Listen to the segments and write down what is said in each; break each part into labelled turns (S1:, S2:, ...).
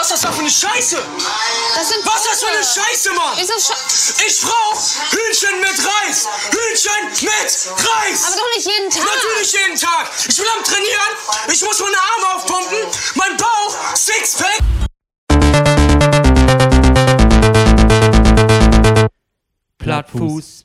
S1: Was ist das für eine Scheiße?
S2: Das sind
S1: Was ist das für eine Scheiße, Mann?
S2: Ist das
S1: Ich brauch Hühnchen mit Reis. Hühnchen mit Reis.
S2: aber doch nicht jeden Tag.
S1: Natürlich jeden Tag. Ich will am Trainieren. Ich muss meine Arme aufpumpen. Mein Bauch, Sixpack.
S3: Plattfuß.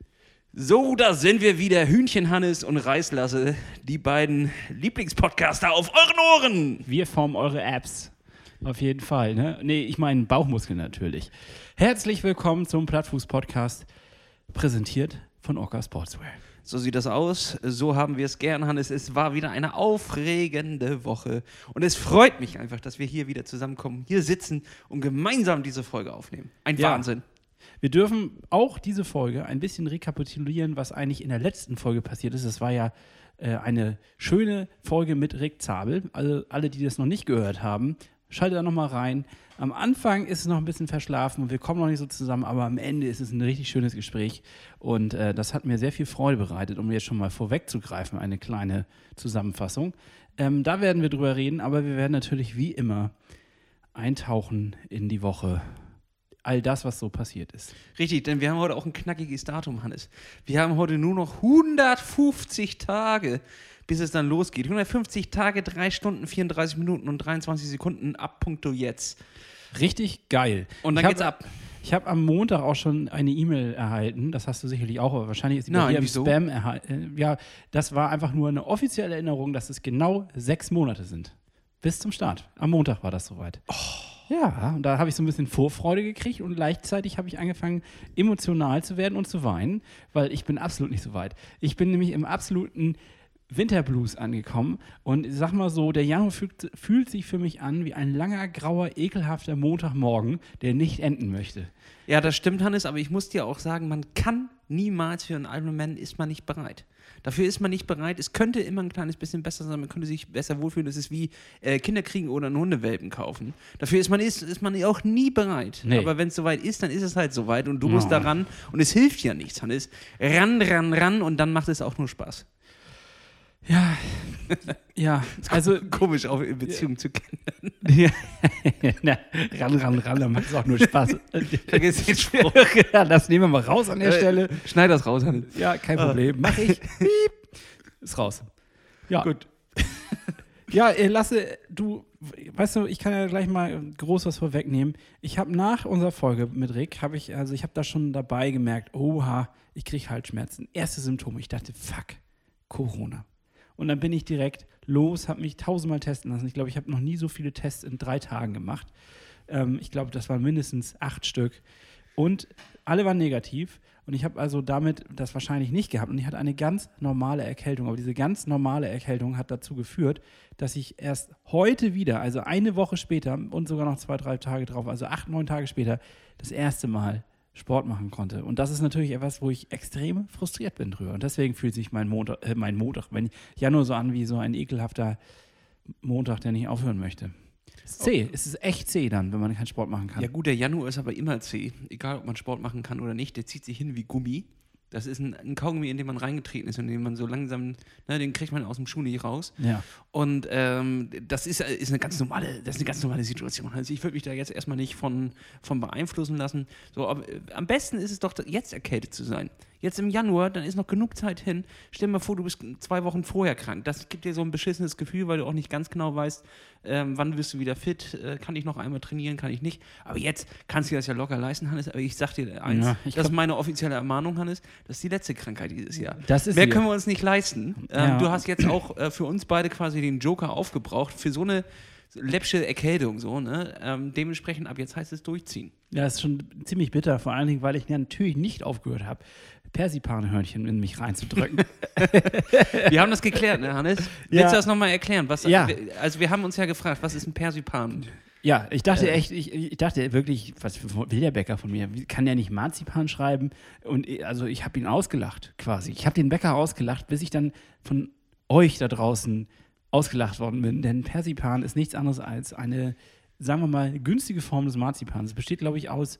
S3: So, da sind wir wieder. Hühnchen Hannes und Reislasse, die beiden Lieblingspodcaster auf euren Ohren.
S4: Wir formen eure Apps. Auf jeden Fall, ne? Nee, ich meine Bauchmuskeln natürlich. Herzlich willkommen zum Plattfuß-Podcast, präsentiert von Orca Sportswear.
S3: So sieht das aus. So haben wir es gern, Hannes. Es war wieder eine aufregende Woche. Und es freut mich einfach, dass wir hier wieder zusammenkommen, hier sitzen und gemeinsam diese Folge aufnehmen. Ein Wahnsinn.
S4: Wir dürfen auch diese Folge ein bisschen rekapitulieren, was eigentlich in der letzten Folge passiert ist. Es war ja eine schöne Folge mit Rick Zabel. Also alle, die das noch nicht gehört haben, schaltet da nochmal rein. Am Anfang ist es noch ein bisschen verschlafen und wir kommen noch nicht so zusammen, aber am Ende ist es ein richtig schönes Gespräch. Und das hat mir sehr viel Freude bereitet, um jetzt schon mal vorwegzugreifen, eine kleine Zusammenfassung. Da werden wir drüber reden, aber wir werden natürlich wie immer eintauchen in die Woche. All das, was so passiert ist.
S3: Richtig, denn wir haben heute auch ein knackiges Datum, Hannes. Wir haben heute nur noch 150 Tage, bis es dann losgeht. 150 Tage, 3 Stunden, 34 Minuten und 23 Sekunden ab Punkto jetzt.
S4: Richtig geil.
S3: Und dann geht's ab.
S4: Ich habe am Montag auch schon eine E-Mail erhalten, das hast du sicherlich auch, aber wahrscheinlich ist sie bei dir im Spam erhalten. Ja, das war einfach nur eine offizielle Erinnerung, dass es genau 6 Monate sind. Bis zum Start. Am Montag war das soweit. Ja, und da habe ich so ein bisschen Vorfreude gekriegt und gleichzeitig habe ich angefangen, emotional zu werden und zu weinen, weil ich bin absolut nicht so weit. Ich bin nämlich im absoluten Winterblues angekommen und sag mal so, der Januar fühlt sich für mich an wie ein langer, grauer, ekelhafter Montagmorgen, der nicht enden möchte.
S3: Ja, das stimmt, Hannes, aber ich muss dir auch sagen, man kann niemals für einen Ironman ist man nicht bereit. Dafür ist man nicht bereit. Es könnte immer ein kleines bisschen besser sein, man könnte sich besser wohlfühlen. Das ist wie Kinder kriegen oder einen Hundewelpen kaufen. Dafür ist man auch nie bereit.
S4: Nee.
S3: Aber wenn es soweit ist, dann ist es halt soweit und du musst da ran. Und es hilft ja nichts, Hannes. Ran und dann macht es auch nur Spaß.
S4: Ja, also
S3: komisch auch in Beziehung zu Kindern.
S4: Ja, ran, dann macht es auch nur Spaß.
S3: Vergiss den Spruch.
S4: Ja, das nehmen wir mal raus an der Stelle.
S3: Schneid das raus, Hannes.
S4: Ja, kein Problem. Mach ich. Piep. Ist raus. Ja.
S3: Gut.
S4: Ja, Lasse, du, weißt du, ich kann ja gleich mal groß was vorwegnehmen. Ich habe nach unserer Folge mit Rick, ich habe da schon dabei gemerkt, oha, ich kriege Halsschmerzen. Erste Symptome. Ich dachte, fuck, Corona. Und dann bin ich direkt los, habe mich 1000-mal testen lassen. Ich glaube, ich habe noch nie so viele Tests in 3 Tagen gemacht. Ich glaube, das waren mindestens 8 Stück. Und alle waren negativ. Und ich habe also damit das wahrscheinlich nicht gehabt. Und ich hatte eine ganz normale Erkältung. Aber diese ganz normale Erkältung hat dazu geführt, dass ich erst heute wieder, also eine Woche später und sogar noch 2, 3 Tage drauf, also 8, 9 Tage später, das erste Mal Sport machen konnte. Und das ist natürlich etwas, wo ich extrem frustriert bin drüber. Und deswegen fühlt sich mein Januar so an wie so ein ekelhafter Montag, der nicht aufhören möchte. Es ist zäh. Es ist echt zäh dann, wenn man keinen Sport machen kann.
S3: Ja gut, der Januar ist aber immer zäh. Egal, ob man Sport machen kann oder nicht, der zieht sich hin wie Gummi. Das ist ein Kaugummi, in den man reingetreten ist und den man so langsam, den kriegt man aus dem Schuh nicht raus.
S4: Ja.
S3: Und das ist eine ganz normale Situation. Also ich würde mich da jetzt erstmal nicht von beeinflussen lassen. So, aber am besten ist es doch, jetzt erkältet zu sein. Jetzt im Januar, dann ist noch genug Zeit hin. Stell dir mal vor, du bist 2 Wochen vorher krank. Das gibt dir so ein beschissenes Gefühl, weil du auch nicht ganz genau weißt, wann wirst du wieder fit. Kann ich noch einmal trainieren, kann ich nicht. Aber jetzt kannst du das ja locker leisten, Hannes. Aber ich sag dir eins, das ist meine offizielle Ermahnung, Hannes. Das ist die letzte Krankheit dieses Jahr. Mehr können wir uns nicht leisten. Du hast jetzt auch für uns beide quasi den Joker aufgebraucht für so eine läppsche Erkältung. So, ne? Dementsprechend ab jetzt heißt es durchziehen.
S4: Ja, ist schon ziemlich bitter, vor allen Dingen, weil ich natürlich nicht aufgehört habe, Persipanhörnchen in mich reinzudrücken.
S3: Wir haben das geklärt, ne, Hannes?
S4: Ja.
S3: Willst du das nochmal erklären?
S4: Ja.
S3: Also wir haben uns ja gefragt, was ist ein Persipan?
S4: Ja, ich dachte echt, ich dachte wirklich, was will der Bäcker von mir? Kann der nicht Marzipan schreiben? Und also ich habe ihn ausgelacht quasi. Ich habe den Bäcker ausgelacht, bis ich dann von euch da draußen ausgelacht worden bin. Denn Persipan ist nichts anderes als eine, sagen wir mal, günstige Form des Marzipans. Es besteht, glaube ich, aus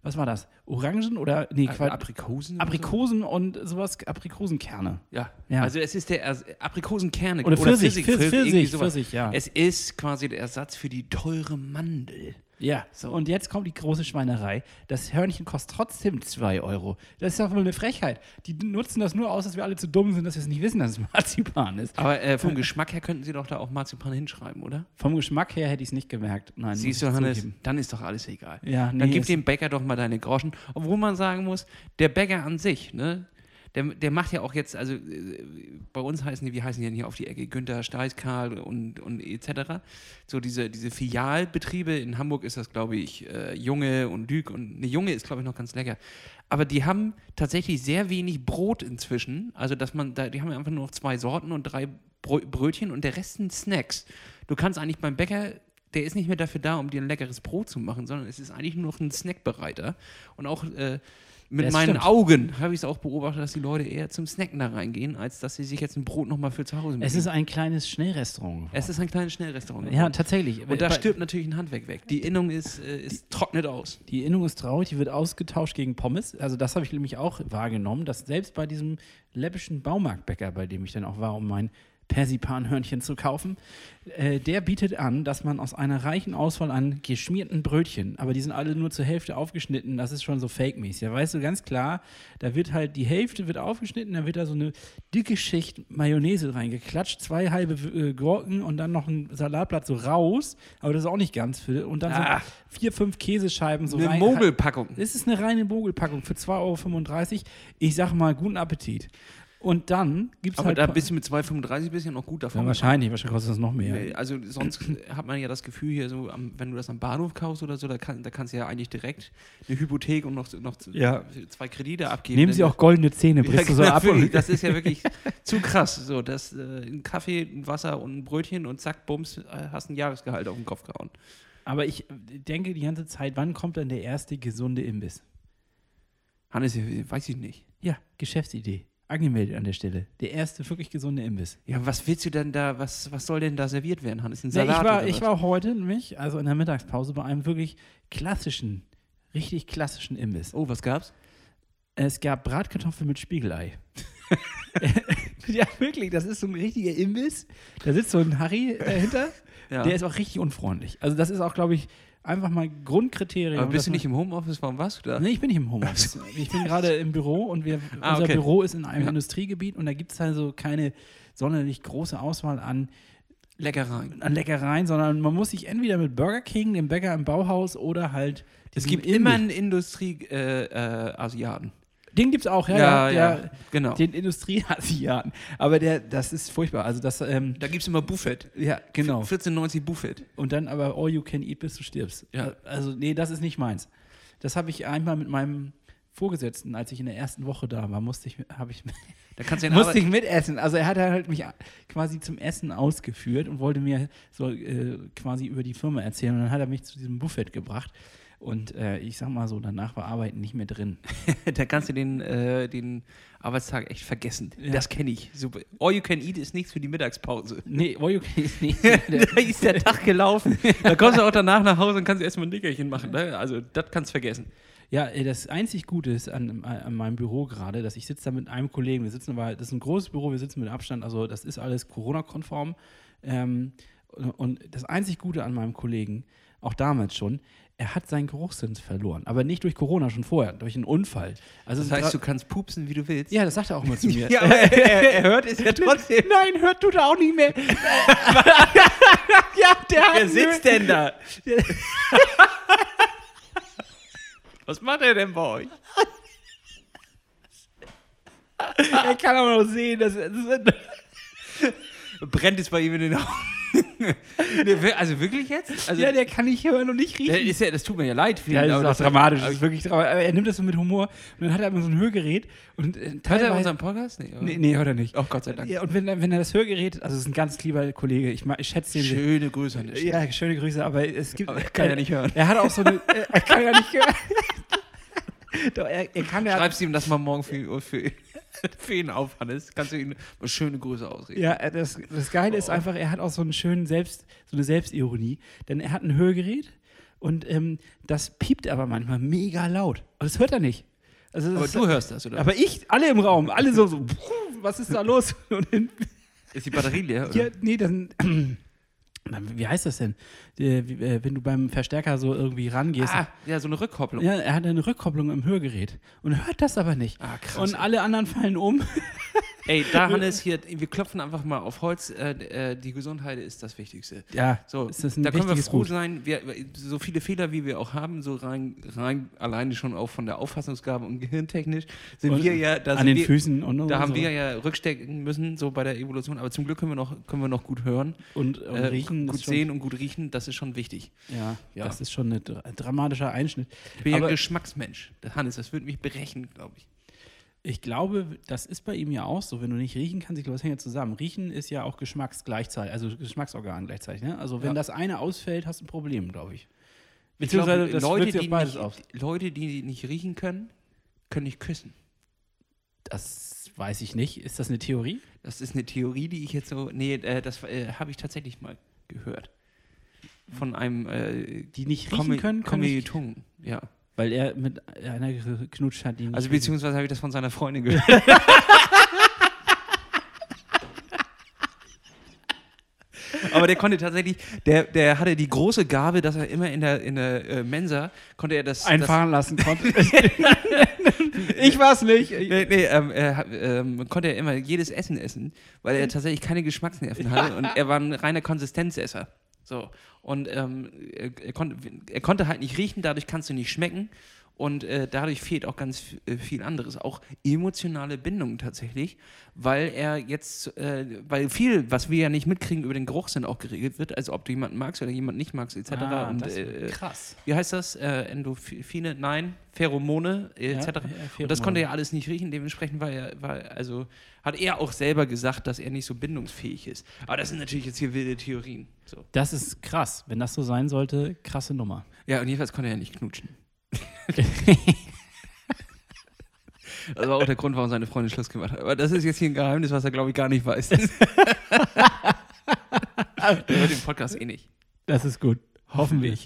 S4: was war das? Orangen oder, nee,
S3: Aprikosen?
S4: Aprikosen und sowas, Aprikosenkerne.
S3: Ja.
S4: Ja.
S3: Also es ist der Aprikosenkerne
S4: Oder Pfirsich,
S3: irgendwie sowas.
S4: Pfirsich, ja.
S3: Es ist quasi der Ersatz für die teure Mandel.
S4: Ja,
S3: So.
S4: und jetzt kommt die große Schweinerei. Das Hörnchen kostet trotzdem 2 Euro. Das ist doch wohl eine Frechheit. Die nutzen das nur aus, dass wir alle zu dumm sind, dass wir es nicht wissen, dass es Marzipan ist.
S3: Aber vom Geschmack her könnten Sie doch da auch Marzipan hinschreiben, oder?
S4: Vom Geschmack her hätte ich es nicht gemerkt. Nein,
S3: Siehst
S4: muss
S3: du,
S4: ich
S3: Hannes,
S4: zugeben.
S3: dann ist doch alles egal.
S4: Ja, nee,
S3: dann gib
S4: es-
S3: dem Bäcker doch mal deine Groschen. Obwohl man sagen muss, der Bäcker an sich, ne, der macht ja auch jetzt, also bei uns heißen die, wie heißen die denn hier auf die Ecke? Günther, Steißkarl und etc. So diese Filialbetriebe, in Hamburg ist das, glaube ich, Junge und Lüg und eine Junge ist, glaube ich, noch ganz lecker. Aber die haben tatsächlich sehr wenig Brot inzwischen. Also, die haben einfach nur noch 2 Sorten und 3 Brötchen und der Rest sind Snacks. Du kannst eigentlich beim Bäcker, der ist nicht mehr dafür da, um dir ein leckeres Brot zu machen, sondern es ist eigentlich nur noch ein Snackbereiter. Und auch mit
S4: Das
S3: meinen
S4: stimmt.
S3: Augen habe ich es auch beobachtet, dass die Leute eher zum Snacken da reingehen, als dass sie sich jetzt ein Brot nochmal für zu Hause
S4: Es
S3: mitnehmen.
S4: ist ein kleines Schnellrestaurant.
S3: Es ist ein kleines Schnellrestaurant.
S4: Ja, tatsächlich.
S3: Und da
S4: Bei-
S3: stirbt natürlich ein Handwerk weg. Die Innung trocknet aus.
S4: Die Innung ist traurig, die wird ausgetauscht gegen Pommes. Also das habe ich nämlich auch wahrgenommen, dass selbst bei diesem läppischen Baumarktbäcker, bei dem ich dann auch war, um mein Persipanhörnchen zu kaufen, der bietet an, dass man aus einer reichen Auswahl an geschmierten Brötchen, aber die sind alle nur zur Hälfte aufgeschnitten, das ist schon so fake-mäßig. Da weißt du ganz klar, da wird halt die Hälfte wird aufgeschnitten, da wird da so eine dicke Schicht Mayonnaise reingeklatscht, 2 halbe Gurken und dann noch ein Salatblatt so raus, aber das ist auch nicht ganz viel. Und dann
S3: Ah.
S4: so 4, 5 Käsescheiben so
S3: Eine
S4: rein.
S3: Mogelpackung.
S4: Es ist eine reine Mogelpackung für 2,35 €. Ich sag mal, guten Appetit. Und dann gibt es
S3: Aber
S4: halt.
S3: da bist du mit 2,35 bist ja noch gut davon.
S4: ja, wahrscheinlich kostet das noch mehr.
S3: Nee, also sonst hat man ja das Gefühl hier so, wenn du das am Bahnhof kaufst oder so, da kannst du ja eigentlich direkt eine Hypothek und noch
S4: Ja.
S3: 2 Kredite abgeben.
S4: Nehmen Sie auch goldene Zähne, brichst du so ab.
S3: Wirklich, das ist ja wirklich zu krass. So, dass ein Kaffee, ein Wasser und ein Brötchen und zack, bums, hast ein Jahresgehalt auf den Kopf gehauen.
S4: Aber ich denke die ganze Zeit, wann kommt dann der erste gesunde Imbiss?
S3: Hannes, weiß ich nicht.
S4: Ja, Geschäftsidee. Angemeldet an der Stelle. Der erste wirklich gesunde Imbiss.
S3: Ja, was willst du denn da, was soll denn da serviert werden, Hannes? Ein
S4: Nee,
S3: Salat oder
S4: ich
S3: was?
S4: war heute nämlich, also in der Mittagspause, bei einem wirklich klassischen, richtig klassischen Imbiss.
S3: Oh, was gab's?
S4: Es gab Bratkartoffeln mit Spiegelei. Ja, wirklich, das ist so ein richtiger Imbiss. Da sitzt so ein Harry dahinter.
S3: Ja.
S4: Der ist auch richtig unfreundlich. Also das ist auch, glaube ich, einfach mal Grundkriterium.
S3: Aber bist
S4: dass
S3: du
S4: man-
S3: nicht im Homeoffice? Warum warst du da?
S4: Nee, ich bin nicht im Homeoffice. Ich bin gerade im Büro und unser
S3: okay.
S4: Büro ist in einem
S3: Ja.
S4: Industriegebiet und da gibt es also keine sonderlich große Auswahl an
S3: Leckereien.
S4: Leckereien, sondern man muss sich entweder mit Burger King, dem Bäcker im Bauhaus oder halt
S3: Es
S4: diesem
S3: gibt
S4: Imbiss-
S3: immer einen Industrie-Asiaten.
S4: Den gibt's auch,
S3: genau.
S4: Den Industrieasiaten. Aber das ist furchtbar. Also das,
S3: Da gibt es immer Buffet.
S4: ja, genau.
S3: 14,90 Buffet.
S4: Und dann aber all you can eat, bis du stirbst.
S3: Ja.
S4: Also, nee, das ist nicht meins. Das habe ich einmal mit meinem Vorgesetzten, als ich in der ersten Woche da war, musste ich mitessen. Also er hat halt mich quasi zum Essen ausgeführt und wollte mir so quasi über die Firma erzählen. Und dann hat er mich zu diesem Buffet gebracht. Und ich sag mal so, danach war Arbeiten nicht mehr drin.
S3: Da kannst du den Arbeitstag echt vergessen.
S4: Ja.
S3: Das kenne ich. Super. All you can eat ist nichts für die Mittagspause.
S4: Nee, all you can eat nicht.
S3: Da ist der Tag gelaufen. Da kommst du auch danach nach Hause und kannst erstmal ein Nickerchen machen. Ne? Also, das kannst du vergessen.
S4: Ja, das einzig Gute ist an meinem Büro gerade, dass ich sitze da mit einem Kollegen, das ist ein großes Büro, wir sitzen mit Abstand, also das ist alles Corona-konform. Und das einzig Gute an meinem Kollegen, auch damals schon, er hat seinen Geruchssinn verloren. Aber nicht durch Corona, schon vorher, durch einen Unfall. Also
S3: Das heißt, du kannst pupsen, wie du willst.
S4: ja, das sagt er auch mal zu mir.
S3: Ja, aber er hört es ja trotzdem.
S4: Nein, hört tut er auch nicht mehr. Ja, der hat
S3: Wer sitzt denn da? Was macht er denn bei euch?
S4: Er kann aber noch sehen, dass
S3: Brennt es bei ihm in den Augen? Also wirklich jetzt? Also,
S4: ja, der kann nicht hören und nicht riechen.
S3: das tut mir ja leid.
S4: Ja, das ist auch dramatisch. Das
S3: Aber
S4: ist wirklich dramatisch. Aber er nimmt das so mit Humor und dann hat er immer so ein Hörgerät. Und
S3: hört er
S4: teilweise-
S3: unseren Podcast? Nee, oder?
S4: Nee, hört er nicht.
S3: Oh, Gott sei Dank.
S4: Ja, und wenn er das Hörgerät, also es ist ein ganz lieber Kollege, ich schätze den.
S3: Schöne Grüße an der Stelle.
S4: Ja, schöne Grüße, aber es gibt.
S3: Aber er kann ja nicht hören.
S4: Er hat auch so eine. Er kann ja nicht hören. Doch, er kann ja.
S3: Schreibst ihm das mal morgen für ihn auf, Hannes. Kannst du ihm mal schöne Grüße ausreden.
S4: Ja, das Geile ist einfach, er hat auch so eine Selbstironie. Denn er hat ein Hörgerät Und das piept aber manchmal mega laut. Und das hört er nicht. Also
S3: Aber du hörst das, oder?
S4: Aber alle im Raum, alle so was ist da los? Und
S3: ist die Batterie leer, oder?
S4: ja, nee, dann, wie heißt das denn? Wenn du beim Verstärker so irgendwie rangehst.
S3: Ja, so eine Rückkopplung.
S4: Ja, er hat eine Rückkopplung im Hörgerät und hört das aber nicht.
S3: Krass.
S4: Und alle anderen fallen um.
S3: Ey, da Hannes, hier, wir klopfen einfach mal auf Holz. Die Gesundheit ist das Wichtigste.
S4: Ja,
S3: So,
S4: ist das ein
S3: da können wir
S4: wichtiges
S3: froh
S4: Gut.
S3: sein. So viele Fehler, wie wir auch haben, so rein alleine schon auch von der Auffassungsgabe und gehirntechnisch, sind
S4: Und
S3: wir ja...
S4: an den Füßen und
S3: Da haben
S4: so.
S3: wir ja rückstecken müssen, so bei der Evolution. Aber zum Glück können wir noch gut hören.
S4: Und riechen.
S3: Gut
S4: ist schon,
S3: sehen und gut riechen, das ist schon wichtig.
S4: Ja, das ist schon ein dramatischer Einschnitt.
S3: Ich bin ja
S4: Aber
S3: Geschmacksmensch. Hannes, das würde mich brechen, glaube ich.
S4: ich glaube, das ist bei ihm ja auch so. Wenn du nicht riechen kannst, ich glaube, das hängt ja zusammen. Riechen ist ja auch Geschmacksorgan gleichzeitig. Ne? Also wenn das eine ausfällt, hast du ein Problem, glaube ich. Beziehungsweise das wirkt sich auf beides aus.
S3: Leute, die nicht riechen können, können nicht küssen.
S4: Das weiß ich nicht. Ist das eine Theorie?
S3: Das ist eine Theorie, die ich jetzt so... Nee, das habe ich tatsächlich mal gehört. Von einem...
S4: Die nicht riechen können nicht.
S3: Kommilitonen, ja.
S4: Weil er mit einer geknutscht hat, die nicht
S3: Also
S4: riechen.
S3: beziehungsweise habe ich das von seiner Freundin gehört. Aber der konnte tatsächlich, der hatte die große Gabe, dass er immer in der Mensa, konnte er das...
S4: einfahren lassen konnte. Ich war's nicht.
S3: Konnte er immer jedes Essen essen, weil er tatsächlich keine Geschmacksnerven hatte und er war ein reiner Konsistenzesser. So. Und er konnte halt nicht riechen, dadurch kannst du nicht schmecken. Und dadurch fehlt auch ganz viel anderes, auch emotionale Bindungen tatsächlich, weil er jetzt, weil viel, was wir ja nicht mitkriegen, über den Geruchssinn auch geregelt wird, also ob du jemanden magst oder jemanden nicht magst, etc. Und,
S4: das ist krass.
S3: Wie heißt das? Endorphine? Nein, Pheromone, etc.
S4: Pheromone.
S3: Und das konnte er alles nicht riechen, dementsprechend hat er auch selber gesagt, dass er nicht so bindungsfähig ist. Aber das sind natürlich jetzt hier wilde Theorien. So.
S4: Das ist krass. Wenn das so sein sollte, krasse Nummer.
S3: Ja, und jedenfalls konnte er ja nicht knutschen. Das war auch der Grund, warum seine Freundin Schluss gemacht hat. Aber das ist jetzt hier ein Geheimnis, was er, glaube ich, gar nicht weiß. Der hört den Podcast eh nicht.
S4: Das ist gut. Hoffentlich.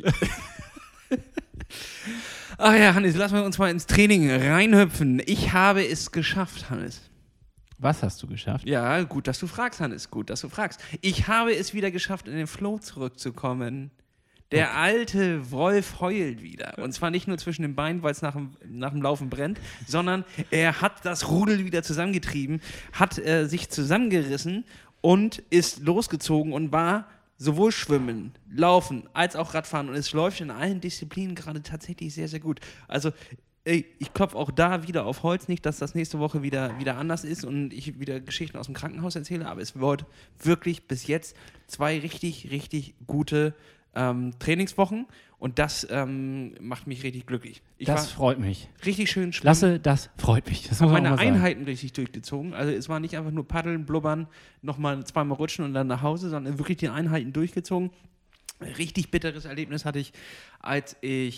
S3: Ach ja, Hannes, lassen wir uns mal ins Training reinhüpfen. Ich habe es geschafft, Hannes.
S4: Was hast du geschafft?
S3: Ja, gut, dass du fragst, Hannes. Gut, dass du fragst. Ich habe es wieder geschafft, in den Flow zurückzukommen. Der alte Wolf heult wieder. Und zwar nicht nur zwischen den Beinen, weil es nach dem Laufen brennt, sondern er hat das Rudel wieder zusammengetrieben, hat sich zusammengerissen und ist losgezogen und war sowohl Schwimmen, Laufen als auch Radfahren. Und es läuft in allen Disziplinen gerade tatsächlich sehr, sehr gut. Also ich klopfe auch da wieder auf Holz, nicht, dass das nächste Woche wieder anders ist und ich wieder Geschichten aus dem Krankenhaus erzähle, aber es wird wirklich bis jetzt 2 richtig, richtig gute Trainingswochen und das macht mich richtig glücklich.
S4: Das freut mich.
S3: Richtig schön schwimmen.
S4: Lasse, das freut mich. Das
S3: Ich habe
S4: muss man
S3: meine
S4: auch mal sagen.
S3: Einheiten richtig durchgezogen. Also es war nicht einfach nur paddeln, blubbern, nochmal 2-mal rutschen und dann nach Hause, sondern wirklich die Einheiten durchgezogen. Richtig bitteres Erlebnis hatte ich, als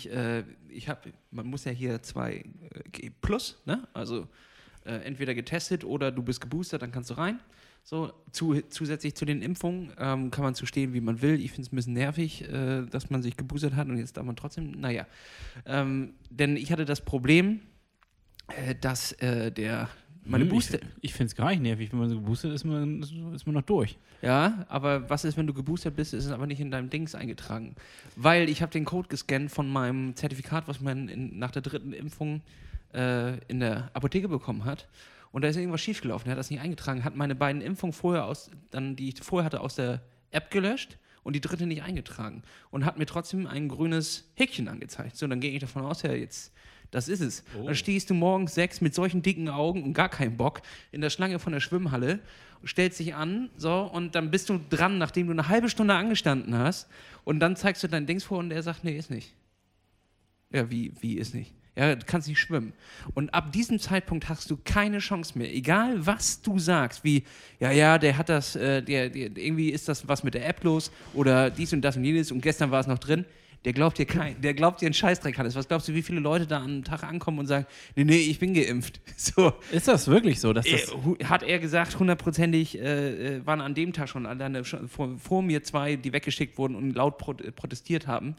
S3: man muss ja hier 2G plus, ne? Also entweder getestet oder du bist geboostert, dann kannst du rein. So, zusätzlich zu den Impfungen kann man zu stehen, wie man will. Ich finde es ein bisschen nervig, dass man sich geboostert hat und jetzt darf man trotzdem, naja. Denn ich hatte das Problem, dass meine Booster...
S4: Ich finde es gar nicht nervig. Wenn man so geboostert ist, ist man noch durch.
S3: Ja, aber was ist, wenn du geboostert bist, ist es aber nicht in deinem Dings eingetragen? Weil ich habe den Code gescannt von meinem Zertifikat, was man nach der 3. Impfung in der Apotheke bekommen hat. Und da ist irgendwas schiefgelaufen. Er hat das nicht eingetragen, hat meine beiden Impfungen die ich vorher hatte, aus der App gelöscht und die 3. nicht eingetragen. Und hat mir trotzdem ein grünes Häkchen angezeigt. So, dann gehe ich davon aus, ja, jetzt, das ist es. Dann stehst du morgens 6 mit solchen dicken Augen und gar keinen Bock in der Schlange von der Schwimmhalle, stellst dich an, so, und dann bist du dran, nachdem du eine halbe Stunde angestanden hast. Und dann zeigst du dein Dings vor und er sagt, nee, ist nicht. Ja, wie ist nicht? Ja, du kannst nicht schwimmen. Und ab diesem Zeitpunkt hast du keine Chance mehr. Egal, was du sagst, wie, der hat das, irgendwie ist das was mit der App los oder dies und das und jenes und gestern war es noch drin. Der glaubt dir einen Scheißdreck, Hannes. Was glaubst du, wie viele Leute da am Tag ankommen und sagen, nee, ich bin geimpft. So.
S4: Ist das wirklich so? Dass das
S3: Hat er gesagt, 100%ig waren an dem Tag schon alleine vor mir 2, die weggeschickt wurden und laut protestiert haben.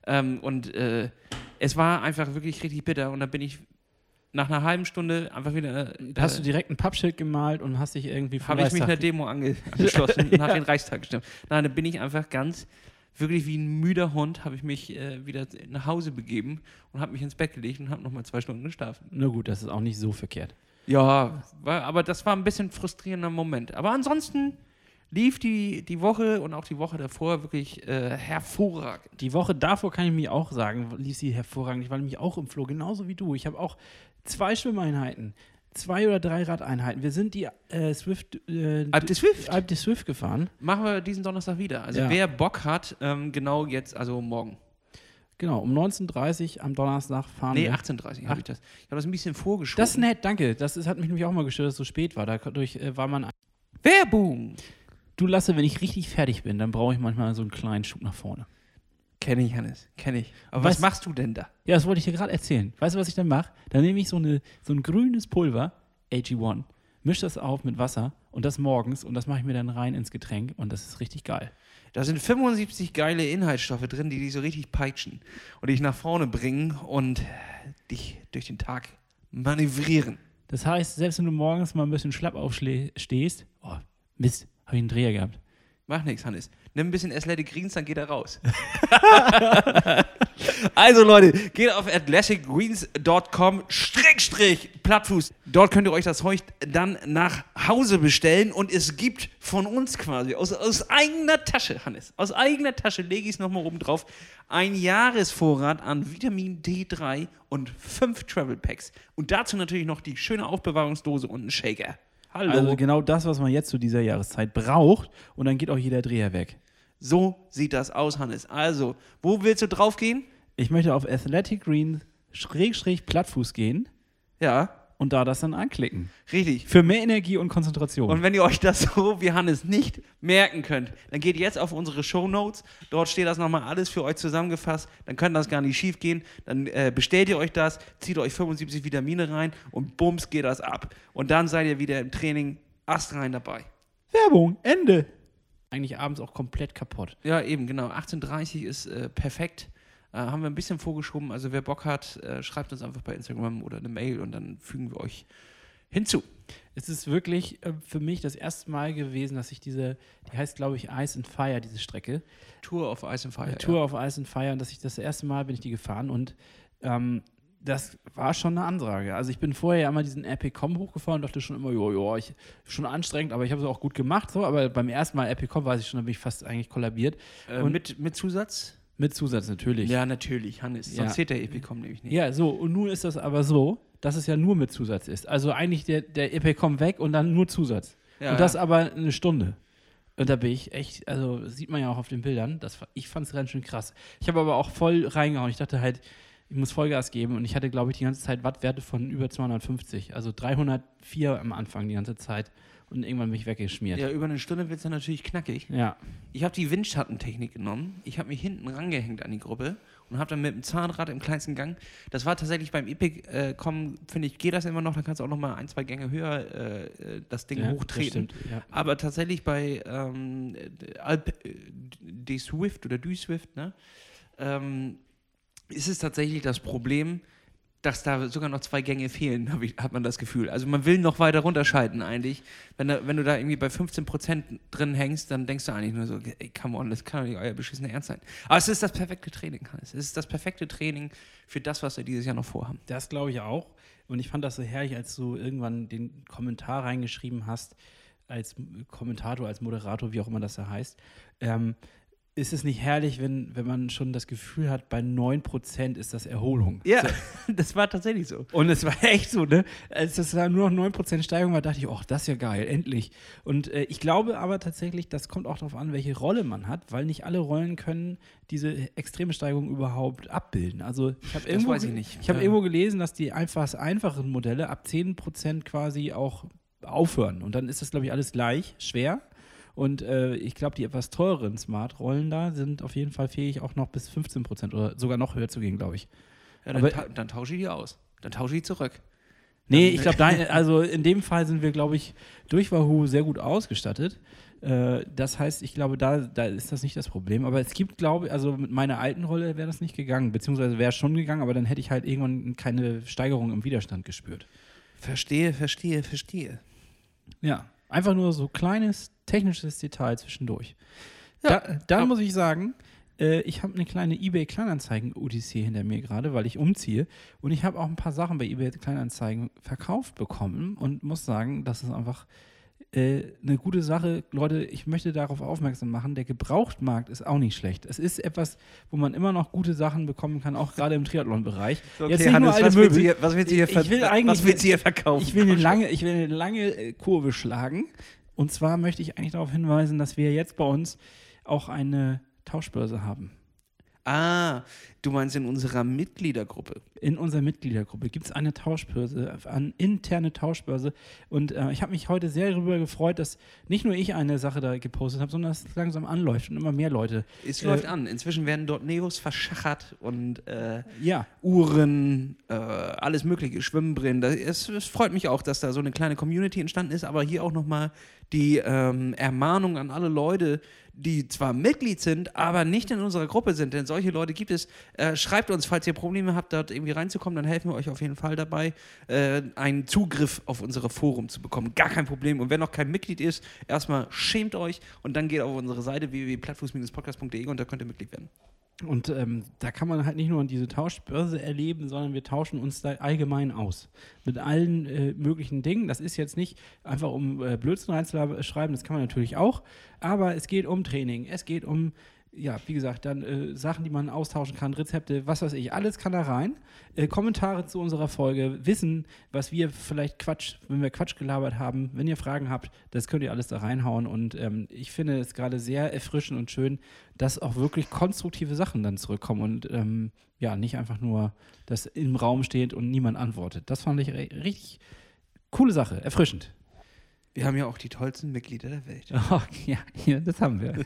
S3: Und es war einfach wirklich richtig bitter. Und dann bin ich nach einer halben Stunde einfach wieder.
S4: Hast du direkt ein Pappschild gemalt und hast dich irgendwie
S3: Habe ich mich einer Demo angeschlossen und habe den Reichstag gestimmt. Nein, dann bin ich einfach wirklich wie ein müder Hund, habe ich mich wieder nach Hause begeben und habe mich ins Bett gelegt und habe nochmal 2 Stunden geschlafen.
S4: Na gut, das ist auch nicht so verkehrt.
S3: Ja, aber das war ein bisschen frustrierender Moment. Aber ansonsten lief die Woche und auch die Woche davor wirklich hervorragend.
S4: Die Woche davor kann ich mir auch sagen, lief sie hervorragend. Ich war nämlich auch im Floh, genauso wie du. Ich habe auch 2 Schwimmeinheiten, 2 oder 3 Radeinheiten. Wir sind die
S3: Alpe de Swift
S4: gefahren.
S3: Machen wir diesen Donnerstag wieder. Also
S4: Ja.
S3: wer Bock hat, genau jetzt, also morgen.
S4: Genau, um 19:30 Uhr am Donnerstag fahren
S3: Nee,
S4: wir.
S3: 18:30 habe ich das. Ich habe das ein bisschen vorgeschoben.
S4: Das ist nett, danke. Hat mich nämlich auch mal gestört, dass es so spät war. Dadurch war man...
S3: Werbung!
S4: Du, Lasse, wenn ich richtig fertig bin, dann brauche ich manchmal so einen kleinen Schub nach vorne.
S3: Kenne ich, Hannes, kenne ich. Aber
S4: Was-
S3: was machst du denn da?
S4: Ja, das wollte ich dir gerade erzählen. Weißt du, was ich dann mache? Dann nehme ich so ein grünes Pulver, AG1, mische das auf mit Wasser und das morgens und das mache ich mir dann rein ins Getränk und das ist richtig geil.
S3: Da sind 75 geile Inhaltsstoffe drin, die dich so richtig peitschen und dich nach vorne bringen und dich durch den Tag manövrieren.
S4: Das heißt, selbst wenn du morgens mal ein bisschen schlapp aufstehst, oh, Mist, habe ich einen Dreher gehabt.
S3: Mach nichts, Hannes. Nimm ein bisschen Athletic Greens, dann geht er raus. Also Leute, geht auf athleticgreens.com/Plattfuß. Dort könnt ihr euch das Zeug dann nach Hause bestellen und es gibt von uns quasi aus eigener Tasche, Hannes, aus eigener Tasche lege ich es nochmal oben drauf, ein Jahresvorrat an Vitamin D3 und 5 Travel Packs. Und dazu natürlich noch die schöne Aufbewahrungsdose und einen Shaker. Hallo.
S4: Also genau das, was man jetzt zu dieser Jahreszeit braucht und dann geht auch jeder Dreher weg.
S3: So sieht das aus, Hannes. Also, wo willst du drauf gehen?
S4: Ich möchte auf athleticgreens/Plattfuß gehen
S3: Ja,
S4: und da das dann anklicken.
S3: richtig.
S4: Für mehr Energie und Konzentration.
S3: Und wenn ihr euch das so wie Hannes nicht merken könnt, dann geht jetzt auf unsere Shownotes. Dort steht das nochmal alles für euch zusammengefasst. Dann kann das gar nicht schief gehen. Dann bestellt ihr euch das, zieht euch 75 Vitamine rein und bums geht das ab. Und dann seid ihr wieder im Training astrein dabei.
S4: Werbung, Ende. Eigentlich abends auch komplett kaputt.
S3: Ja, eben, genau. 18:30 ist perfekt. Haben wir ein bisschen vorgeschoben. Also wer Bock hat, schreibt uns einfach bei Instagram oder eine Mail und dann fügen wir euch hinzu.
S4: Es ist wirklich für mich das erste Mal gewesen, dass ich die heißt, glaube ich, Ice and Fire, diese Strecke.
S3: Tour of Ice and Fire.
S4: Tour of Ice and Fire. Und dass ich das erste Mal bin ich die gefahren und das war schon eine Ansage. Also ich bin vorher ja immer diesen Epicom hochgefahren und dachte schon immer, schon anstrengend, aber ich habe es auch gut gemacht. So. Aber beim ersten Mal Epicom weiß ich schon, da bin ich fast eigentlich kollabiert.
S3: Und mit Zusatz?
S4: Mit Zusatz natürlich.
S3: Ja, natürlich, Hannes. Sonst
S4: Ja.
S3: zählt der Epicom nämlich nicht.
S4: Ja, so. Und nun ist das aber so, dass es ja nur mit Zusatz ist. Also eigentlich der Epicom weg und dann nur Zusatz.
S3: Ja,
S4: und das
S3: ja.
S4: aber eine Stunde. Und da bin ich echt, also das sieht man ja auch auf den Bildern, ich fand es ganz schön krass. Ich habe aber auch voll reingehauen. Ich dachte halt, ich muss Vollgas geben und ich hatte, glaube ich, die ganze Zeit Wattwerte von über 250. Also 304 am Anfang die ganze Zeit. Und irgendwann bin ich weggeschmiert.
S3: Ja, über eine Stunde wird es dann natürlich knackig.
S4: Ja.
S3: Ich habe die Windschattentechnik genommen. Ich habe mich hinten rangehängt an die Gruppe und habe dann mit dem Zahnrad im kleinsten Gang, das war tatsächlich beim Epicom, finde ich, geht das immer noch, dann kannst du auch noch mal 1, 2 Gänge höher das Ding
S4: Ja,
S3: hochtreten.
S4: das stimmt, ja.
S3: Aber tatsächlich bei Alpe de Swift oder Du Swift, ne, ist es tatsächlich das Problem, dass da sogar noch 2 Gänge fehlen, hat man das Gefühl. Also man will noch weiter runterschalten eigentlich. Wenn du da irgendwie bei 15% drin hängst, dann denkst du eigentlich nur so, ey, come on, das kann doch nicht euer beschissener Ernst sein. Aber es ist das perfekte Training, Hannes. Es ist das perfekte Training für das, was wir dieses Jahr noch vorhaben.
S4: Das glaube ich auch. Und ich fand das so herrlich, als du irgendwann den Kommentar reingeschrieben hast, als Kommentator, als Moderator, wie auch immer das da heißt. Ist es nicht herrlich, wenn man schon das Gefühl hat, bei 9% ist das Erholung?
S3: Ja,
S4: So.
S3: das war tatsächlich so.
S4: Und es war echt so, ne? Als das da nur noch 9% Steigerung war, dachte ich, oh, das ist ja geil, endlich. Und ich glaube aber tatsächlich, das kommt auch darauf an, welche Rolle man hat, weil nicht alle Rollen können diese extreme Steigerung überhaupt abbilden. Also ich habe irgendwo,
S3: weiß ich nicht.
S4: Ich habe irgendwo gelesen, dass die einfachen Modelle ab 10% quasi auch aufhören. Und dann ist das, glaube ich, alles gleich schwer. Und ich glaube, die etwas teureren Smart-Rollen da sind auf jeden Fall fähig, auch noch bis 15% oder sogar noch höher zu gehen, glaube ich.
S3: Ja,
S4: Aber-
S3: dann tausche ich die aus. Dann tausche ich die zurück.
S4: Nee, ich glaube, also in dem Fall sind wir, glaube ich, durch Wahoo sehr gut ausgestattet. Das heißt, ich glaube, da ist das nicht das Problem. Aber es gibt, glaube ich, also mit meiner alten Rolle wäre das nicht gegangen, beziehungsweise wäre es schon gegangen, aber dann hätte ich halt irgendwann keine Steigerung im Widerstand gespürt.
S3: Verstehe.
S4: Ja, einfach nur so kleines technisches Detail zwischendurch.
S3: Ja,
S4: Dann muss ich sagen, ich habe eine kleine eBay-Kleinanzeigen-Odyssee hinter mir gerade, weil ich umziehe. Und ich habe auch ein paar Sachen bei eBay-Kleinanzeigen verkauft bekommen und muss sagen, das ist einfach eine gute Sache. Leute, ich möchte darauf aufmerksam machen, der Gebrauchtmarkt ist auch nicht schlecht. Es ist etwas, wo man immer noch gute Sachen bekommen kann, auch gerade im Triathlon-Bereich.
S3: Okay,
S4: jetzt nicht
S3: Hannes,
S4: nur alte
S3: was willst
S4: Möbel.
S3: du hier verkaufen?
S4: Ich will eine lange Kurve schlagen. Und zwar möchte ich eigentlich darauf hinweisen, dass wir jetzt bei uns auch eine Tauschbörse haben.
S3: Ah, du meinst in unserer Mitgliedergruppe.
S4: In unserer Mitgliedergruppe gibt es eine Tauschbörse, eine interne Tauschbörse. Und ich habe mich heute sehr darüber gefreut, dass nicht nur ich eine Sache da gepostet habe, sondern dass es langsam anläuft und immer mehr Leute.
S3: Es läuft an. Inzwischen werden dort Neos verschachert und
S4: ja.
S3: Uhren, alles mögliche, Schwimmbrillen. Es freut mich auch, dass da so eine kleine Community entstanden ist, aber hier auch nochmal die Ermahnung an alle Leute, die zwar Mitglied sind, aber nicht in unserer Gruppe sind, denn solche Leute gibt es. Schreibt uns, falls ihr Probleme habt, dort irgendwie reinzukommen, dann helfen wir euch auf jeden Fall dabei, einen Zugriff auf unsere Forum zu bekommen. Gar kein Problem. Und wer noch kein Mitglied ist, erstmal schämt euch und dann geht auf unsere Seite www.plattfuß-podcast.de und da könnt ihr Mitglied werden.
S4: Und da kann man halt nicht nur diese Tauschbörse erleben, sondern wir tauschen uns da allgemein aus. Mit allen möglichen Dingen. Das ist jetzt nicht einfach um Blödsinn reinzuschreiben, das kann man natürlich auch. Aber es geht um Training, es geht um, ja, wie gesagt, dann Sachen, die man austauschen kann, Rezepte, was weiß ich, alles kann da rein. Kommentare zu unserer Folge, Wissen, was wir vielleicht wenn wir Quatsch gelabert haben, wenn ihr Fragen habt, das könnt ihr alles da reinhauen. Und ich finde es gerade sehr erfrischend und schön, dass auch wirklich konstruktive Sachen dann zurückkommen und ja, nicht einfach nur, dass im Raum steht und niemand antwortet. Das fand ich richtig coole Sache, erfrischend.
S3: Wir haben ja auch die tollsten Mitglieder der Welt.
S4: Oh, ja, das haben wir.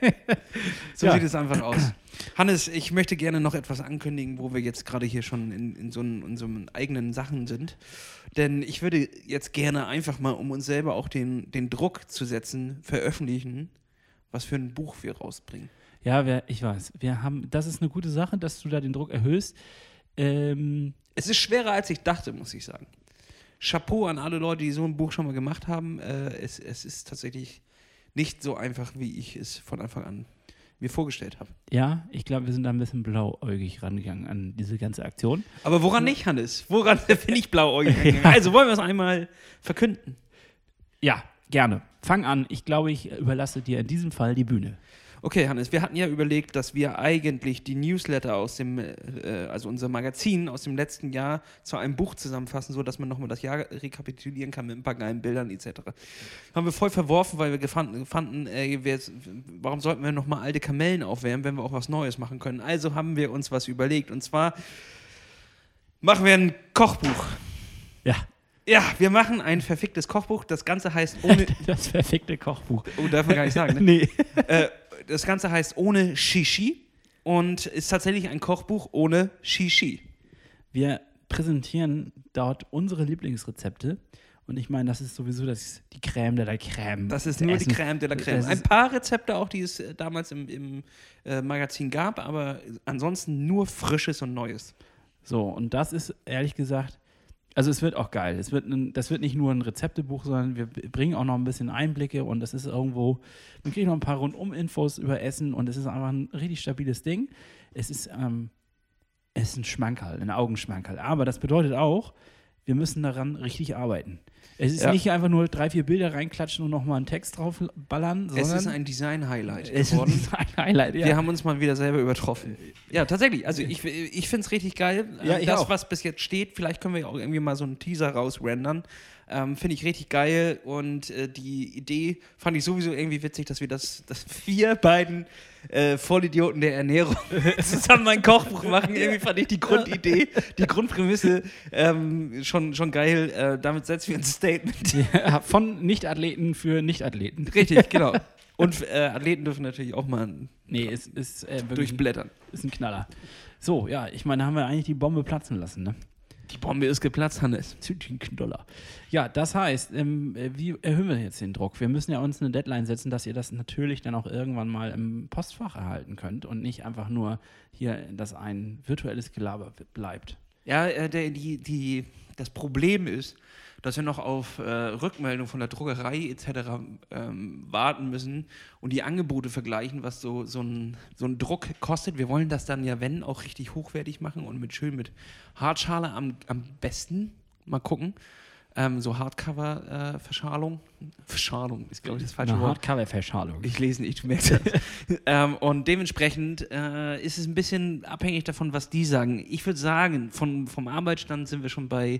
S3: So sieht es einfach aus. Hannes, ich möchte gerne noch etwas ankündigen, wo wir jetzt gerade hier schon in so einem eigenen Sachen sind. Denn ich würde jetzt gerne einfach mal, um uns selber auch den Druck zu setzen, veröffentlichen, was für ein Buch wir rausbringen.
S4: Ja, ich weiß. Das ist eine gute Sache, dass du da den Druck erhöhst.
S3: Es ist schwerer, als ich dachte, muss ich sagen. Chapeau an alle Leute, die so ein Buch schon mal gemacht haben. Es ist tatsächlich nicht so einfach, wie ich es von Anfang an mir vorgestellt habe.
S4: Ja, ich glaube, wir sind da ein bisschen blauäugig rangegangen an diese ganze Aktion.
S3: Aber woran nicht, Hannes? Woran bin ich blauäugig rangegangen? Also wollen wir es einmal verkünden?
S4: Ja, gerne. Fang an. Ich glaube, ich überlasse dir in diesem Fall die Bühne.
S3: Okay, Hannes, wir hatten ja überlegt, dass wir eigentlich die Newsletter aus dem, also unser Magazin aus dem letzten Jahr zu einem Buch zusammenfassen, sodass man nochmal das Jahr rekapitulieren kann mit ein paar geilen Bildern etc. Haben wir voll verworfen, weil wir fanden, warum sollten wir nochmal alte Kamellen aufwärmen, wenn wir auch was Neues machen können. Also haben wir uns was überlegt und zwar machen wir ein Kochbuch.
S4: Ja.
S3: Ja, wir machen ein verficktes Kochbuch. Das Ganze heißt ohne...
S4: Das verfickte Kochbuch.
S3: Oh, darf man gar nicht sagen, ne?
S4: Nee.
S3: Das Ganze heißt ohne Shishi und ist tatsächlich ein Kochbuch ohne Shishi.
S4: Wir präsentieren dort unsere Lieblingsrezepte und ich meine, das ist sowieso die Crème de la Crème.
S3: Das ist nur die Crème de la Crème. Ein paar Rezepte auch, die es damals im Magazin gab, aber ansonsten nur Frisches und Neues.
S4: So, und das ist ehrlich gesagt, also es wird auch geil. Das wird nicht nur ein Rezeptebuch, sondern wir bringen auch noch ein bisschen Einblicke und das ist irgendwo, wir kriegen noch ein paar Rundum-Infos über Essen und es ist einfach ein richtig stabiles Ding. Es ist ein Schmankerl, ein Augenschmankerl. Aber das bedeutet auch, wir müssen daran richtig arbeiten. Es ist nicht einfach nur 3-4 Bilder reinklatschen und nochmal einen Text draufballern, sondern...
S3: Es ist ein Design-Highlight geworden.
S4: Es ist ein Design-Highlight, ja.
S3: Wir haben uns mal wieder selber übertroffen. Ja, tatsächlich. Also ich finde es richtig geil.
S4: Ja, ich auch.
S3: Was bis jetzt steht, vielleicht können wir auch irgendwie mal so einen Teaser rausrendern. Finde ich richtig geil und die Idee fand ich sowieso irgendwie witzig, dass wir beiden Vollidioten der Ernährung zusammen ein Kochbuch machen. Irgendwie fand ich die Grundidee, die Grundprämisse schon geil. Damit setzen wir ein Statement.
S4: Ja, von Nicht-Athleten für Nicht-Athleten.
S3: Richtig, genau. Und Athleten dürfen natürlich auch mal
S4: es ist
S3: durchblättern.
S4: Ist ein Knaller. So, ja, ich meine, da haben wir eigentlich die Bombe platzen lassen, ne?
S3: Die Bombe ist geplatzt, Hannes. Zündchenknoller.
S4: Ja, das heißt, wie erhöhen wir jetzt den Druck? Wir müssen ja uns eine Deadline setzen, dass ihr das natürlich dann auch irgendwann mal im Postfach erhalten könnt und nicht einfach nur hier, dass ein virtuelles Gelaber bleibt.
S3: Ja, das Problem ist, dass wir noch auf Rückmeldung von der Druckerei etc. Warten müssen und die Angebote vergleichen, was so ein Druck kostet. Wir wollen das dann ja, wenn, auch richtig hochwertig machen und mit Hartschale am besten. Mal gucken. So Hardcover-Verschalung. Verschalung ist, glaube ich, das falsche Wort.
S4: Hardcover-Verschalung.
S3: Ich lese nicht, du merkst das. Und dementsprechend ist es ein bisschen abhängig davon, was die sagen. Ich würde sagen, vom Arbeitsstand sind wir schon bei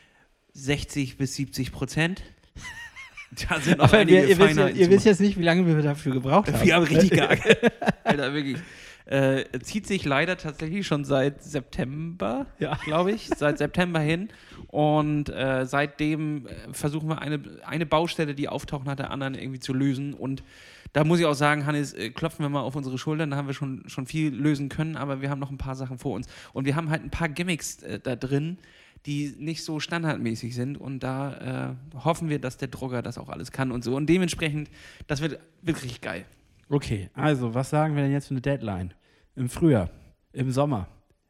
S3: 60 bis 70%. Da sind noch einige Feinheiten.
S4: Ihr wisst jetzt nicht, wie lange wir dafür gebraucht haben.
S3: Wir haben richtig geärgert. Alter, wirklich. Zieht sich leider tatsächlich schon seit September, glaube ich. Seit September hin. Und seitdem versuchen wir eine Baustelle, die auftaucht, nach der anderen irgendwie zu lösen. Und da muss ich auch sagen, Hannes, klopfen wir mal auf unsere Schultern. Da haben wir schon viel lösen können, aber wir haben noch ein paar Sachen vor uns. Und wir haben halt ein paar Gimmicks da drin, die nicht so standardmäßig sind. Und da hoffen wir, dass der Drucker das auch alles kann und so. Und dementsprechend, das wird wirklich geil.
S4: Okay, also was sagen wir denn jetzt für eine Deadline? Im Frühjahr? Im Sommer?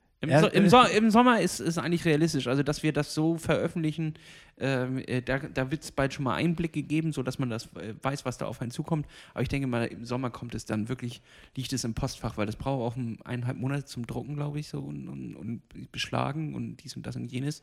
S3: Im Sommer ist eigentlich realistisch. Also, dass wir das so veröffentlichen, da wird es bald schon mal Einblicke geben, sodass man das weiß, was da auf einen zukommt. Aber ich denke mal, im Sommer kommt es dann wirklich, liegt es im Postfach, weil das braucht auch 1,5 Monate zum Drucken, glaube ich, so und beschlagen und dies und das und jenes.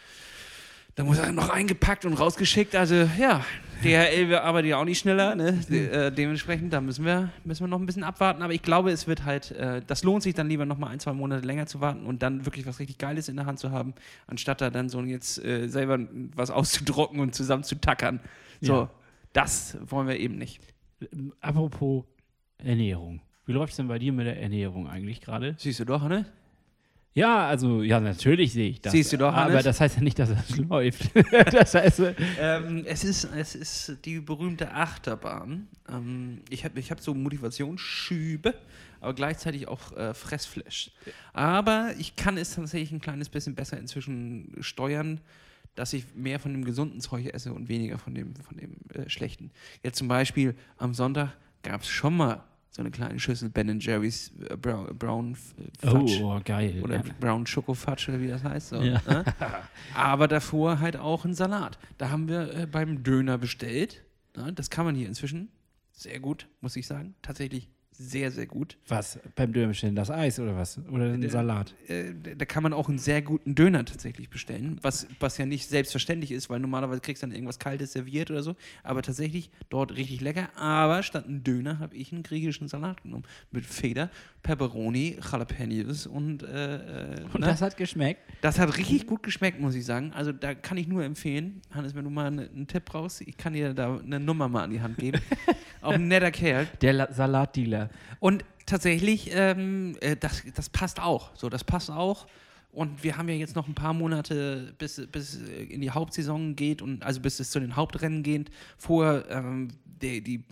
S3: Da muss er noch eingepackt und rausgeschickt. Also ja, DHL arbeitet ja auch nicht schneller. Ne? Dementsprechend, da müssen wir noch ein bisschen abwarten. Aber ich glaube, es wird halt, das lohnt sich dann lieber noch mal 1-2 Monate länger zu warten und dann wirklich was richtig Geiles in der Hand zu haben, anstatt da dann so jetzt selber was auszudrucken und zusammen zu tackern. So, das wollen wir eben nicht.
S4: Apropos Ernährung. Wie läuft es denn bei dir mit der Ernährung eigentlich gerade?
S3: Siehst du doch, ne?
S4: Ja, also, ja, natürlich sehe ich das.
S3: Siehst du doch, Hannes?
S4: Aber das heißt ja nicht, dass es läuft. Das heißt,
S3: es ist die berühmte Achterbahn. Ich hab so Motivationsschübe, aber gleichzeitig auch Fressflash. Aber ich kann es tatsächlich ein kleines bisschen besser inzwischen steuern, dass ich mehr von dem gesunden Zeug esse und weniger von dem schlechten. Jetzt zum Beispiel am Sonntag gab es schon mal so eine kleine Schüssel Ben & Jerry's Brown Fudge.
S4: Oh, geil.
S3: Oder Brown Schoko Fudge oder wie das heißt. So,
S4: ja.
S3: Ne? Aber davor halt auch ein Salat. Da haben wir beim Döner bestellt. Ne? Das kann man hier inzwischen sehr gut, muss ich sagen. Tatsächlich sehr, sehr gut.
S4: Was? Beim Döner bestellen? Das Eis oder was? Oder den Salat?
S3: Da kann man auch einen sehr guten Döner tatsächlich bestellen, was ja nicht selbstverständlich ist, weil normalerweise kriegst du dann irgendwas Kaltes serviert oder so, aber tatsächlich dort richtig lecker. Aber statt einem Döner habe ich einen griechischen Salat genommen mit Feder, Pepperoni, Jalapenos und
S4: das hat geschmeckt?
S3: Das hat richtig gut geschmeckt, muss ich sagen. Also da kann ich nur empfehlen, Hannes, wenn du mal einen Tipp brauchst, ich kann dir da eine Nummer mal an die Hand geben. Auch ein netter Kerl.
S4: Der Salatdealer.
S3: Und tatsächlich, das passt auch. So, das passt auch. Und wir haben ja jetzt noch ein paar Monate, bis in die Hauptsaison geht und also bis es zu den Hauptrennen geht. Vorher die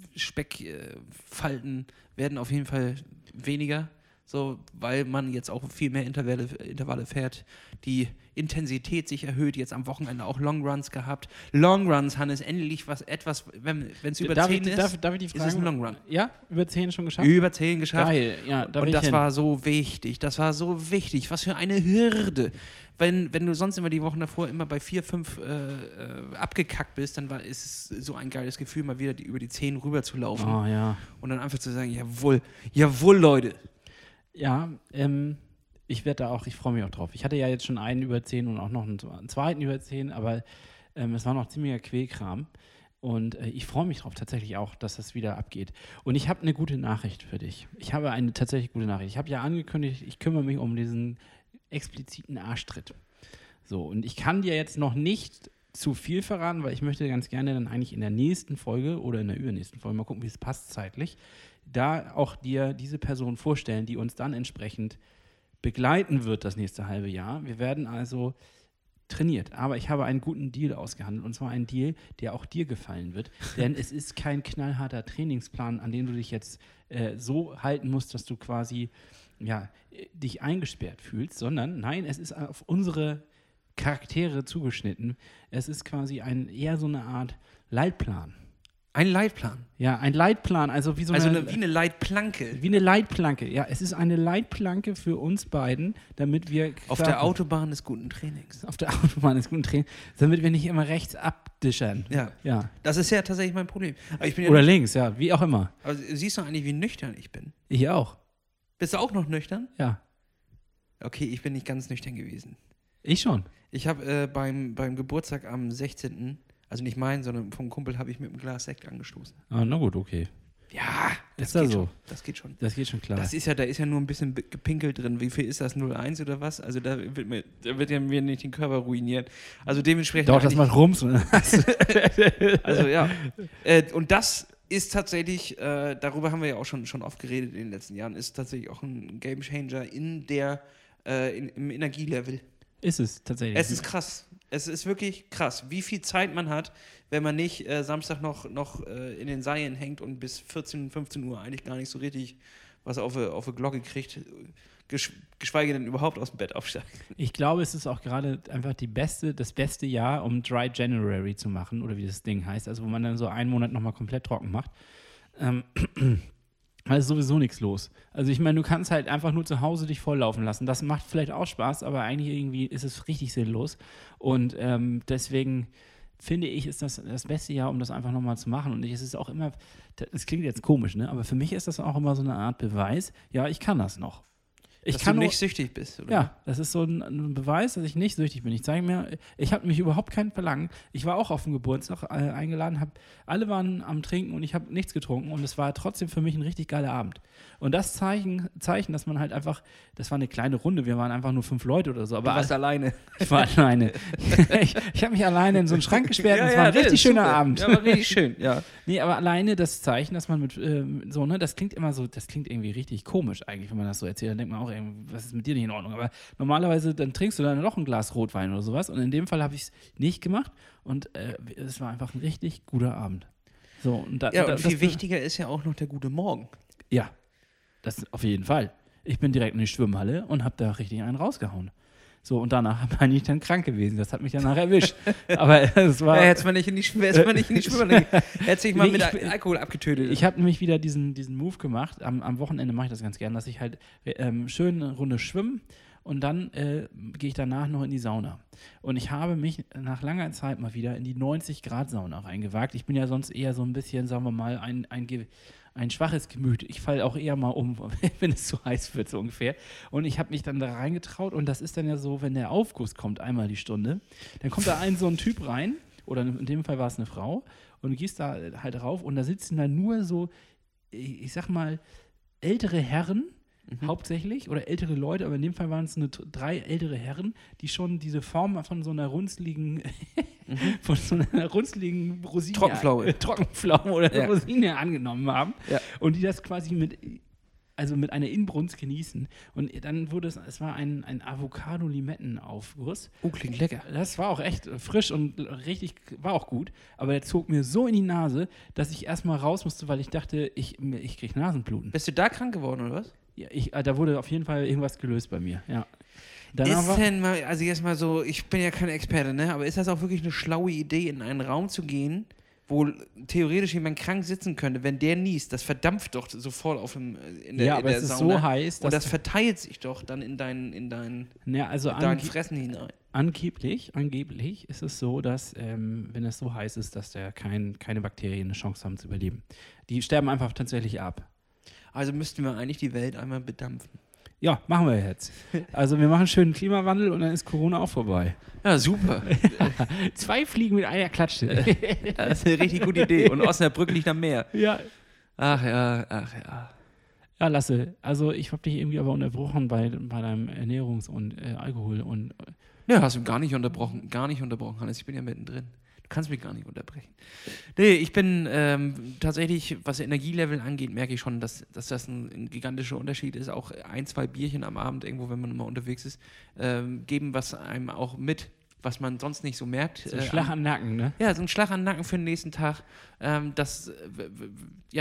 S3: Speckfalten werden auf jeden Fall weniger. So, weil man jetzt auch viel mehr Intervalle fährt. Die Intensität sich erhöht. Jetzt am Wochenende auch Longruns gehabt. Longruns, Hannes, endlich wenn es über 10 ist,
S4: darf ich die Frage,
S3: ist es ein Longrun.
S4: Ja? Über 10 schon geschafft?
S3: Über 10 geschafft.
S4: Geil, ja.
S3: Und das war so wichtig. Das war so wichtig. Was für eine Hürde. Wenn du sonst immer die Wochen davor immer bei 4, 5 abgekackt bist, dann ist es so ein geiles Gefühl, mal wieder über die 10 rüber zu laufen.
S4: Oh, ja.
S3: Und dann einfach zu sagen, jawohl, Leute.
S4: Ja, ich freue mich auch drauf. Ich hatte ja jetzt schon einen über 10 und auch noch einen zweiten über 10, aber es war noch ziemlicher Quälkram. Und ich freue mich drauf, tatsächlich auch, dass das wieder abgeht. Und ich habe eine gute Nachricht für dich. Ich habe eine tatsächlich gute Nachricht. Ich habe ja angekündigt, ich kümmere mich um diesen expliziten Arschtritt. So, und ich kann dir jetzt noch nicht zu viel verraten, weil ich möchte ganz gerne dann eigentlich in der nächsten Folge oder in der übernächsten Folge, mal gucken, wie es passt zeitlich, da auch dir diese Person vorstellen, die uns dann entsprechend begleiten wird das nächste halbe Jahr. Wir werden also trainiert, aber ich habe einen guten Deal ausgehandelt und zwar einen Deal, der auch dir gefallen wird, denn es ist kein knallharter Trainingsplan, an den du dich jetzt so halten musst, dass du quasi dich eingesperrt fühlst, sondern nein, es ist auf unsere Charaktere zugeschnitten. Es ist quasi eher so eine Art Leitplan.
S3: Ein Leitplan.
S4: Ja, ein Leitplan, also wie so
S3: wie eine Leitplanke.
S4: Wie eine Leitplanke. Ja, es ist eine Leitplanke für uns beiden, damit wir
S3: Auf der Autobahn des guten Trainings.
S4: Auf der Autobahn des guten Trainings, damit wir nicht immer rechts abdischern.
S3: Ja. Das ist ja tatsächlich mein Problem. Aber ich bin ja
S4: Oder links, ja, wie auch immer.
S3: Aber siehst du eigentlich, wie nüchtern ich bin?
S4: Ich auch.
S3: Bist du auch noch nüchtern?
S4: Ja.
S3: Okay, ich bin nicht ganz nüchtern gewesen.
S4: Ich schon.
S3: Ich habe beim Geburtstag am 16., also nicht meinen, sondern vom Kumpel, habe ich mit einem Glas Sekt angestoßen.
S4: Ah, na gut, okay.
S3: Ja,
S4: das geht so.
S3: Schon. Das geht schon.
S4: Das geht schon klar.
S3: Da ist ja nur ein bisschen gepinkelt drin. Wie viel ist das? 0,1 oder was? Also da wird ja mir nicht den Körper ruinieren. Also dementsprechend.
S4: Doch, das macht Rums.
S3: Also ja. Und das ist tatsächlich, darüber haben wir ja auch schon oft geredet in den letzten Jahren, ist tatsächlich auch ein Gamechanger im Energielevel.
S4: Ist es tatsächlich.
S3: Es ist krass. Es ist wirklich krass, wie viel Zeit man hat, wenn man nicht Samstag noch in den Seilen hängt und bis 14, 15 Uhr eigentlich gar nicht so richtig was auf eine Glocke kriegt, geschweige denn überhaupt aus dem Bett aufsteigt.
S4: Ich glaube, es ist auch gerade einfach das beste Jahr, um Dry January zu machen, oder wie das Ding heißt, also wo man dann so einen Monat nochmal komplett trocken macht. Weil es ist sowieso nichts los. Also ich meine, du kannst halt einfach nur zu Hause dich volllaufen lassen. Das macht vielleicht auch Spaß, aber eigentlich irgendwie ist es richtig sinnlos. Und deswegen finde ich, ist das beste Jahr, um das einfach nochmal zu machen. Und es ist auch immer, das klingt jetzt komisch, ne? Aber für mich ist das auch immer so eine Art Beweis, ja, ich kann das noch.
S3: Dass du nicht süchtig bist, oder?
S4: Ja, das ist so ein Beweis, dass ich nicht süchtig bin. Ich zeige mir, ich habe mich überhaupt kein Verlangen. Ich war auch auf dem Geburtstag eingeladen, alle waren am Trinken und ich habe nichts getrunken und es war trotzdem für mich ein richtig geiler Abend. Und das Zeichen, dass man halt einfach, das war eine kleine Runde, wir waren einfach nur 5 Leute oder so. Aber
S3: du warst alleine.
S4: Ich war alleine. ich habe mich alleine in so einen Schrank gesperrt und es war ein richtig schöner Abend.
S3: Ja, war richtig schön, ja.
S4: Nee, aber alleine das Zeichen, dass man das klingt immer so, das klingt irgendwie richtig komisch eigentlich, wenn man das so erzählt. Dann denkt man auch, was ist mit dir nicht in Ordnung? Aber normalerweise, dann trinkst du dann noch ein Glas Rotwein oder sowas. Und in dem Fall habe ich es nicht gemacht. Und es war einfach ein richtig guter Abend. So, und
S3: viel wichtiger ist ja auch noch der gute Morgen.
S4: Ja, das auf jeden Fall. Ich bin direkt in die Schwimmhalle und habe da richtig einen rausgehauen. So, und danach bin ich dann krank gewesen. Das hat mich danach erwischt. Aber es war.
S3: Hätte man nicht in die Schwimmhalle. Hätte sich mal mit Alkohol abgetötet.
S4: Ich habe nämlich wieder diesen Move gemacht. Am Wochenende mache ich das ganz gern, dass ich halt schön eine Runde schwimme und dann gehe ich danach noch in die Sauna. Und ich habe mich nach langer Zeit mal wieder in die 90-Grad-Sauna reingewagt. Ich bin ja sonst eher so ein bisschen, sagen wir mal, ein schwaches Gemüt. Ich falle auch eher mal um, wenn es zu heiß wird, so ungefähr. Und ich habe mich dann da reingetraut und das ist dann ja so, wenn der Aufguss kommt, einmal die Stunde, dann kommt da so ein Typ rein, oder in dem Fall war es eine Frau, und du gehst da halt rauf und da sitzen dann nur so, ich sag mal, ältere Herren, hauptsächlich, oder ältere Leute, aber in dem Fall waren es 3 ältere Herren, die schon diese Form von so einer runzligen Rosine, Trockenpflaume oder Rosine angenommen haben und die das quasi mit einer Inbrunst genießen. Und dann wurde es war ein Avocado-Limetten-Aufguss.
S3: Klingt lecker.
S4: Das war auch echt frisch und richtig, war auch gut. Aber der zog mir so in die Nase, dass ich erstmal raus musste, weil ich dachte, ich kriege Nasenbluten.
S3: Bist du da krank geworden, oder was?
S4: Ja, da wurde auf jeden Fall irgendwas gelöst bei mir, ja.
S3: Ist denn mal, also jetzt mal so, ich bin ja kein Experte, ne? Aber ist das auch wirklich eine schlaue Idee, in einen Raum zu gehen, wo theoretisch jemand krank sitzen könnte, wenn der niest, das verdampft doch sofort in der Sauna.
S4: Ja, aber es ist so heiß,
S3: und das verteilt sich doch dann in dein Fressen hinein.
S4: Angeblich ist es so, dass, wenn es so heiß ist, dass keine Bakterien eine Chance haben zu überleben. Die sterben einfach tatsächlich ab.
S3: Also müssten wir eigentlich die Welt einmal bedampfen.
S4: Ja, machen wir jetzt. Also wir machen schönen Klimawandel und dann ist Corona auch vorbei.
S3: Ja, super.
S4: 2 Fliegen mit einer Klatsche.
S3: Das ist eine richtig gute Idee. Und Osnabrück liegt am Meer.
S4: Ja.
S3: Ach ja.
S4: Ja, Lasse, also ich habe dich irgendwie aber unterbrochen bei deinem Ernährungs- und Alkohol und...
S3: Ja, hast du gar nicht unterbrochen, Hannes. Ich bin ja mittendrin. Du kannst mich gar nicht unterbrechen. Nee, ich bin tatsächlich, was Energielevel angeht, merke ich schon, dass das ein gigantischer Unterschied ist. Auch 1, 2 Bierchen am Abend irgendwo, wenn man mal unterwegs ist, geben was einem auch mit, was man sonst nicht so merkt.
S4: So ein Schlag am Nacken, ne?
S3: Ja, so ein Schlag am Nacken für den nächsten Tag.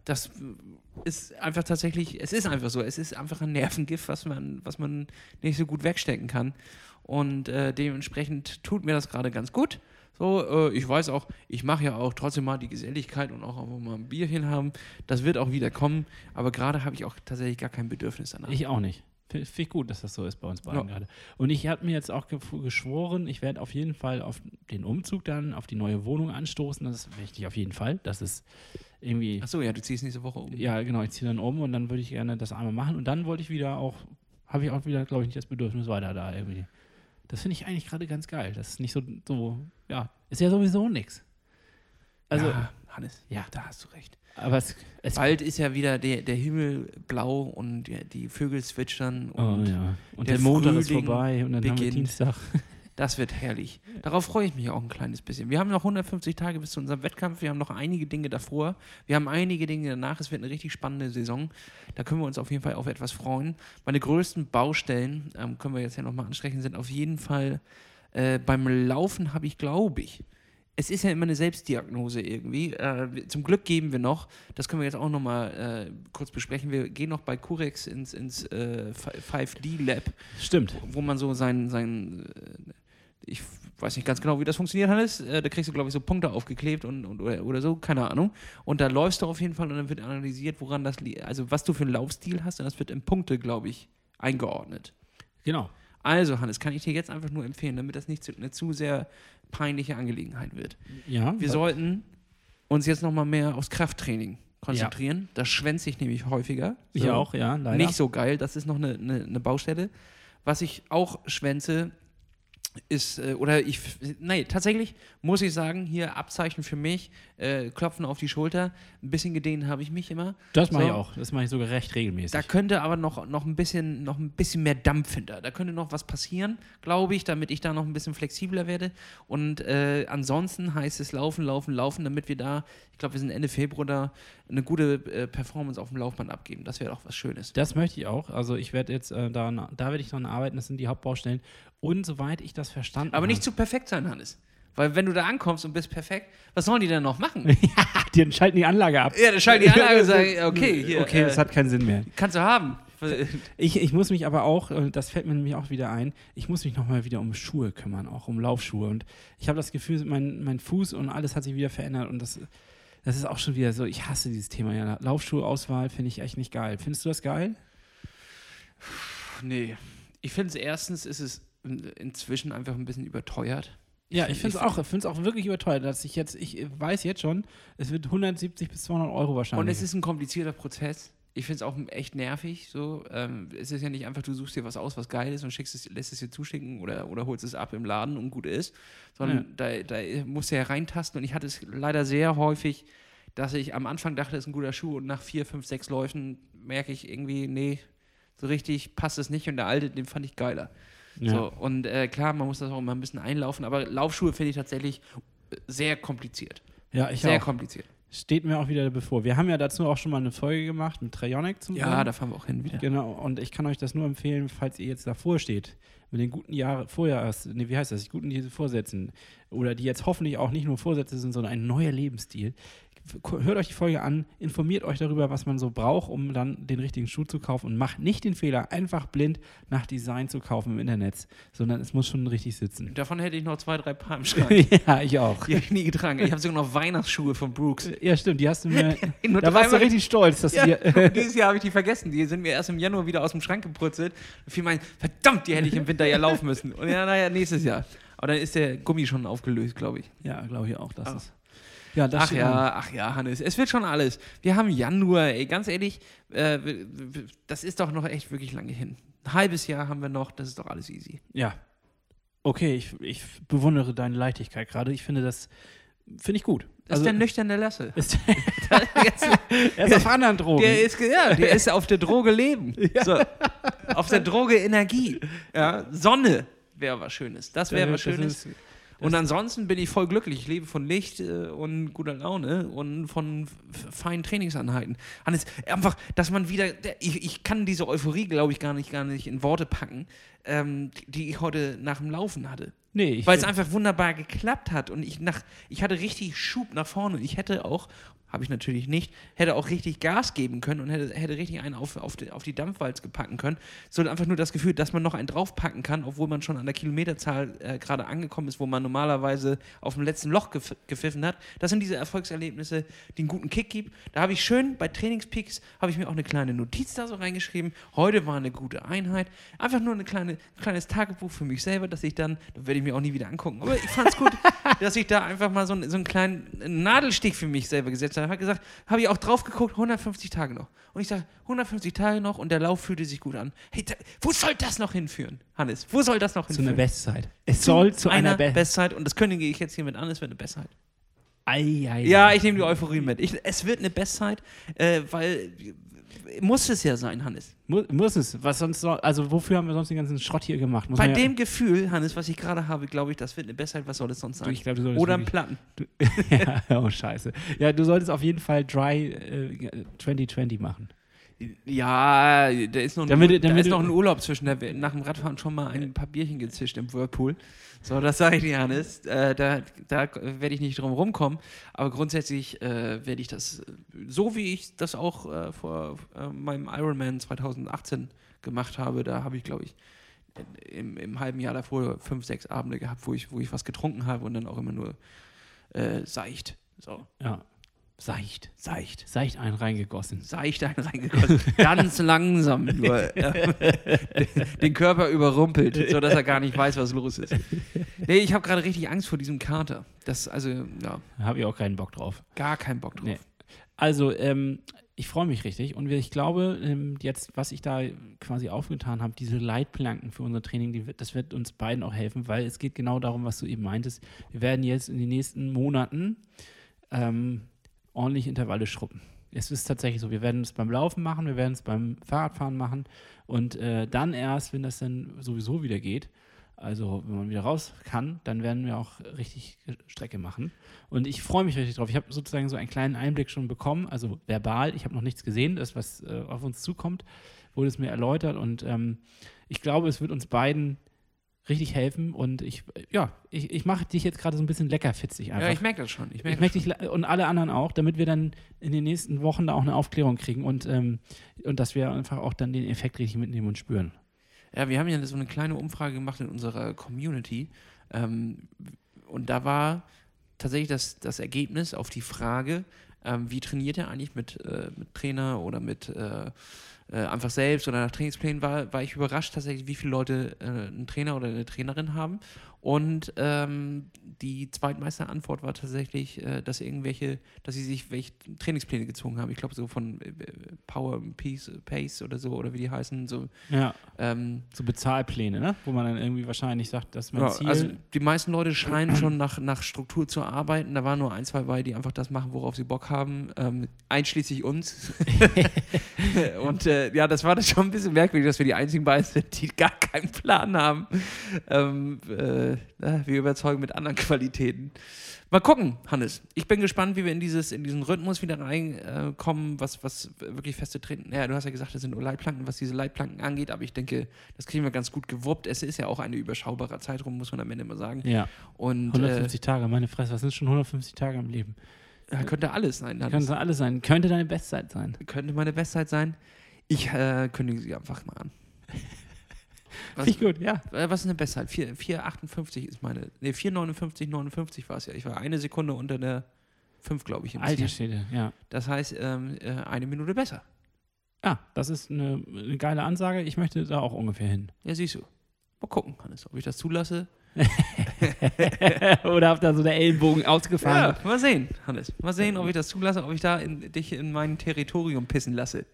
S3: das ist einfach tatsächlich, es ist einfach so, es ist einfach ein Nervengift, was man nicht so gut wegstecken kann. Und dementsprechend tut mir das gerade ganz gut. So, ich weiß auch, ich mache ja auch trotzdem mal die Geselligkeit und auch mal ein Bierchen haben. Das wird auch wieder kommen, aber gerade habe ich auch tatsächlich gar kein Bedürfnis danach.
S4: Ich auch nicht. Finde ich gut, dass das so ist bei uns beiden gerade. Und ich habe mir jetzt auch geschworen, ich werde auf jeden Fall auf den Umzug dann, auf die neue Wohnung anstoßen. Das ist wichtig auf jeden Fall. Das ist irgendwie.
S3: Achso, ja, du ziehst nächste Woche um.
S4: Ja, genau, ich ziehe dann um und dann würde ich gerne das einmal machen. Und dann wollte ich wieder auch, habe ich auch wieder, glaube ich, nicht das Bedürfnis weiter da irgendwie. Das finde ich eigentlich gerade ganz geil. Das ist nicht so, ja, ist ja sowieso nichts. Also,
S3: ja, Hannes,
S4: ja,
S3: da hast du recht.
S4: Aber es
S3: bald ist ja wieder der Himmel blau und die Vögel zwitschern und,
S4: und der Montag ist
S3: Frühling
S4: vorbei und dann haben wir
S3: beginnt.
S4: Dienstag.
S3: Das wird herrlich. Darauf freue ich mich auch ein kleines bisschen. Wir haben noch 150 Tage bis zu unserem Wettkampf. Wir haben noch einige Dinge davor. Wir haben einige Dinge danach. Es wird eine richtig spannende Saison. Da können wir uns auf jeden Fall auf etwas freuen. Meine größten Baustellen, können wir jetzt ja nochmal ansprechen, sind auf jeden Fall beim Laufen habe ich, glaube ich, es ist ja immer eine Selbstdiagnose irgendwie. Zum Glück geben wir noch, das können wir jetzt auch nochmal kurz besprechen, wir gehen noch bei Curex ins 5D-Lab.
S4: Stimmt.
S3: Wo man so ich weiß nicht ganz genau, wie das funktioniert, Hannes. Da kriegst du, glaube ich, so Punkte aufgeklebt oder so, keine Ahnung. Und da läufst du auf jeden Fall und dann wird analysiert, woran das liegt, also was du für einen Laufstil hast und das wird in Punkte, glaube ich, eingeordnet.
S4: Genau.
S3: Also, Hannes, kann ich dir jetzt einfach nur empfehlen, damit das nicht eine zu sehr peinliche Angelegenheit wird.
S4: Ja.
S3: Wir sollten uns jetzt nochmal mehr aufs Krafttraining konzentrieren. Ja. Das schwänze ich nämlich häufiger.
S4: So. Ich auch, ja, leider.
S3: Nicht so geil, das ist noch eine Baustelle. Was ich auch schwänze, ist, tatsächlich muss ich sagen, hier Abzeichen für mich, Klopfen auf die Schulter, ein bisschen gedehnt habe ich mich immer.
S4: Das mache ich auch, das mache ich sogar recht regelmäßig.
S3: Da könnte aber noch ein bisschen mehr Dampf hinter, da könnte noch was passieren, glaube ich, damit ich da noch ein bisschen flexibler werde und ansonsten heißt es laufen, damit wir da, ich glaube, wir sind Ende Februar da, eine gute Performance auf dem Laufband abgeben, das wäre doch was Schönes.
S4: Das möchte ich auch, also ich werde jetzt, da werde ich noch arbeiten, das sind die Hauptbaustellen und soweit ich das verstanden habe.
S3: Aber nicht zu perfekt sein, Hannes. Weil wenn du da ankommst und bist perfekt, was sollen die denn noch machen?
S4: Ja, die schalten die Anlage ab.
S3: Ja, dann schalten die Anlage und sagen, okay, hier.
S4: Okay, das hat keinen Sinn mehr.
S3: Kannst du haben.
S4: Ich muss mich aber auch, das fällt mir nämlich auch wieder ein, ich muss mich nochmal wieder um Schuhe kümmern, auch um Laufschuhe. Und ich habe das Gefühl, mein Fuß und alles hat sich wieder verändert. Und das ist auch schon wieder so, ich hasse dieses Thema. Ja. Laufschuhauswahl finde ich echt nicht geil. Findest du das geil?
S3: Nee. Ich finde es erstens, ist es inzwischen einfach ein bisschen überteuert.
S4: Ja, ich finde es auch wirklich überteuert, dass ich weiß jetzt schon, es wird 170 bis 200 Euro wahrscheinlich.
S3: Und es ist ein komplizierter Prozess. Ich finde es auch echt nervig. So. Es ist ja nicht einfach, du suchst dir was aus, was geil ist und lässt es dir zuschicken oder holst es ab im Laden und gut ist, sondern da musst du ja reintasten und ich hatte es leider sehr häufig, dass ich am Anfang dachte, es ist ein guter Schuh und nach 4, 5, 6 Läufen merke ich irgendwie, nee, so richtig passt es nicht und der alte, den fand ich geiler. Ja. So, und klar, man muss das auch immer ein bisschen einlaufen, aber Laufschuhe finde ich tatsächlich sehr kompliziert.
S4: Ja, ich
S3: sehr
S4: auch.
S3: Kompliziert.
S4: Steht mir auch wieder bevor. Wir haben ja dazu auch schon mal eine Folge gemacht mit Traionic zum Beispiel.
S3: Ja, da fahren wir auch hin wieder.
S4: Genau, und ich kann euch das nur empfehlen, falls ihr jetzt davor steht, mit den guten guten Vorsätzen oder die jetzt hoffentlich auch nicht nur Vorsätze sind, sondern ein neuer Lebensstil. Hört euch die Folge an, informiert euch darüber, was man so braucht, um dann den richtigen Schuh zu kaufen und macht nicht den Fehler, einfach blind nach Design zu kaufen im Internet, sondern es muss schon richtig sitzen.
S3: Davon hätte ich noch 2, 3 Paar im Schrank.
S4: Ja, ich auch.
S3: Die habe ich nie getragen. Ich habe sogar noch Weihnachtsschuhe von Brooks.
S4: Ja, stimmt, die hast du mir,
S3: da
S4: da warst du richtig stolz, dass du dir...
S3: Dieses Jahr habe ich die vergessen, die sind mir erst im Januar wieder aus dem Schrank gepurzelt. Und viele meinen, verdammt, die hätte ich im Winter ja laufen müssen. Und ja, naja, nächstes Jahr. Aber dann ist der Gummi schon aufgelöst, glaube ich.
S4: Ja, glaube ich auch, das ist...
S3: Ja, ach ja, Hannes, es wird schon alles. Wir haben Januar, ey, ganz ehrlich, das ist doch noch echt wirklich lange hin. Ein halbes Jahr haben wir noch, das ist doch alles easy.
S4: Ja. Okay, ich bewundere deine Leichtigkeit gerade. Ich finde ich gut.
S3: Das ist der nüchterne Lasse.
S4: Er ist auf anderen Drogen.
S3: Der ist auf der Droge Leben. Ja. So, auf der Droge Energie. Ja, Sonne wäre was Schönes. Das wäre was Schönes. Und ansonsten bin ich voll glücklich. Ich lebe von Licht und guter Laune und von feinen Trainingseinheiten. Hannes, einfach, dass man wieder, ich kann diese Euphorie, glaube ich, gar nicht in Worte packen, die ich heute nach dem Laufen hatte.
S4: Nee,
S3: weil es einfach wunderbar geklappt hat und ich hatte richtig Schub nach vorne und ich hätte auch, habe ich natürlich nicht, hätte auch richtig Gas geben können und hätte richtig einen auf die Dampfwalze packen können. So einfach nur das Gefühl, dass man noch einen draufpacken kann, obwohl man schon an der Kilometerzahl gerade angekommen ist, wo man normalerweise auf dem letzten Loch gepfiffen hat. Das sind diese Erfolgserlebnisse, die einen guten Kick geben. Da habe ich schön bei Trainingspeaks, habe ich mir auch eine kleine Notiz da so reingeschrieben. Heute war eine gute Einheit. Einfach nur ein kleines Tagebuch für mich selber, dass ich dann werde ich mir auch nie wieder angucken, aber ich fand es gut, dass ich da einfach mal so einen kleinen Nadelstich für mich selber gesetzt habe. Hat gesagt, habe ich auch drauf geguckt, 150 Tage noch. Und ich sage, 150 Tage noch und der Lauf fühlte sich gut an. Hey, wo soll das noch hinführen, Hannes? Wo soll das noch hinführen?
S4: Zu einer Bestzeit. Es soll zu einer
S3: Bestzeit und das kündige ich jetzt hiermit an, es wird eine Bestzeit.
S4: Ja,
S3: Ja, ich nehme die Euphorie mit. Es wird eine Bestzeit, weil muss es ja sein, Hannes.
S4: Muss es. Was sonst noch, also wofür haben wir sonst den ganzen Schrott hier gemacht?
S3: Bei dem Gefühl, Hannes, was ich gerade habe, glaube ich, das wird eine Bestzeit, was soll es sonst sein?
S4: Ich glaub, du solltest
S3: oder ein Platten.
S4: Ja, oh scheiße. Ja, du solltest auf jeden Fall Dry 2020 machen.
S3: Ja, da ist noch ein Urlaub zwischen. Nach dem Radfahren schon mal ein paar Bierchen gezischt im Whirlpool. So, das sage ich dir, Hannes. Da werde ich nicht drum rumkommen. Aber grundsätzlich werde ich das, so wie ich das auch vor meinem Ironman 2018 gemacht habe, da habe ich, glaube ich, im halben Jahr davor 5, 6 Abende gehabt, wo ich was getrunken habe und dann auch immer nur seicht. So.
S4: Ja. Seicht einen reingegossen.
S3: Ganz langsam nur. Den Körper überrumpelt, sodass er gar nicht weiß, was los ist. Nee, ich habe gerade richtig Angst vor diesem Kater.
S4: Da habe ich auch keinen Bock drauf.
S3: Gar keinen Bock drauf.
S4: Nee. Also, ich freue mich richtig und ich glaube, jetzt, was ich da quasi aufgetan habe, diese Leitplanken für unser Training, das wird uns beiden auch helfen, weil es geht genau darum, was du eben meintest. Wir werden jetzt in den nächsten Monaten ordentlich Intervalle schrubben. Es ist tatsächlich so, wir werden es beim Laufen machen, wir werden es beim Fahrradfahren machen und dann erst, wenn das dann sowieso wieder geht, also wenn man wieder raus kann, dann werden wir auch richtig Strecke machen. Und ich freue mich richtig drauf. Ich habe sozusagen so einen kleinen Einblick schon bekommen, also verbal, ich habe noch nichts gesehen, das, was auf uns zukommt, wurde es mir erläutert und ich glaube, es wird uns beiden richtig helfen und ich mache dich jetzt gerade so ein bisschen leckerfitzig einfach.
S3: Ja, ich merke das schon. Ich merke
S4: dich und alle anderen auch, damit wir dann in den nächsten Wochen da auch eine Aufklärung kriegen und dass wir einfach auch dann den Effekt richtig mitnehmen und spüren.
S3: Ja, wir haben ja so eine kleine Umfrage gemacht in unserer Community und da war tatsächlich das Ergebnis auf die Frage, wie trainiert er eigentlich mit Trainer oder mit einfach selbst oder nach Trainingsplänen, war ich überrascht tatsächlich, wie viele Leute einen Trainer oder eine Trainerin haben. Und die zweitmeiste Antwort war tatsächlich, dass sie sich welche Trainingspläne gezogen haben. Ich glaube, so von Power Pace oder so, oder wie die heißen. So,
S4: ja, so Bezahlpläne, ne? Wo man dann irgendwie wahrscheinlich sagt, dass man Ziel...
S3: Also die meisten Leute scheinen schon nach Struktur zu arbeiten. Da waren nur 1, 2 bei, die einfach das machen, worauf sie Bock haben. Einschließlich uns. Und das war das schon ein bisschen merkwürdig, dass wir die einzigen beiden sind, die gar keinen Plan haben. Wir überzeugen mit anderen Qualitäten. Mal gucken, Hannes. Ich bin gespannt, wie wir in diesen Rhythmus wieder reinkommen, was wirklich feste Treten. Ja, du hast ja gesagt, das sind nur Leitplanken, was diese Leitplanken angeht, aber ich denke, das kriegen wir ganz gut gewuppt. Es ist ja auch eine überschaubare Zeitraum, muss man am Ende mal sagen.
S4: Ja. Und 150 Tage, meine Fresse, was sind schon 150 Tage im Leben?
S3: Ja, könnte alles sein.
S4: Könnte alles sein. Könnte deine Bestzeit sein.
S3: Könnte meine Bestzeit sein. Ich kündige sie einfach mal an.
S4: Finde ich gut, ja.
S3: Was ist eine Bestzeit? 4,58 ist meine. Ne, 4,59 war es ja. Ich war 1 Sekunde unter der 5, glaube ich.
S4: Alter Schwede, ja.
S3: Das heißt, 1 Minute besser.
S4: Ah, das ist eine geile Ansage. Ich möchte da auch ungefähr hin.
S3: Ja, siehst du. Mal gucken, Hannes, ob ich das zulasse.
S4: Oder habt da so der Ellenbogen ausgefahren?
S3: Ja, mal sehen, Hannes. Mal sehen, ob ich das zulasse, ob ich da dich in mein Territorium pissen lasse.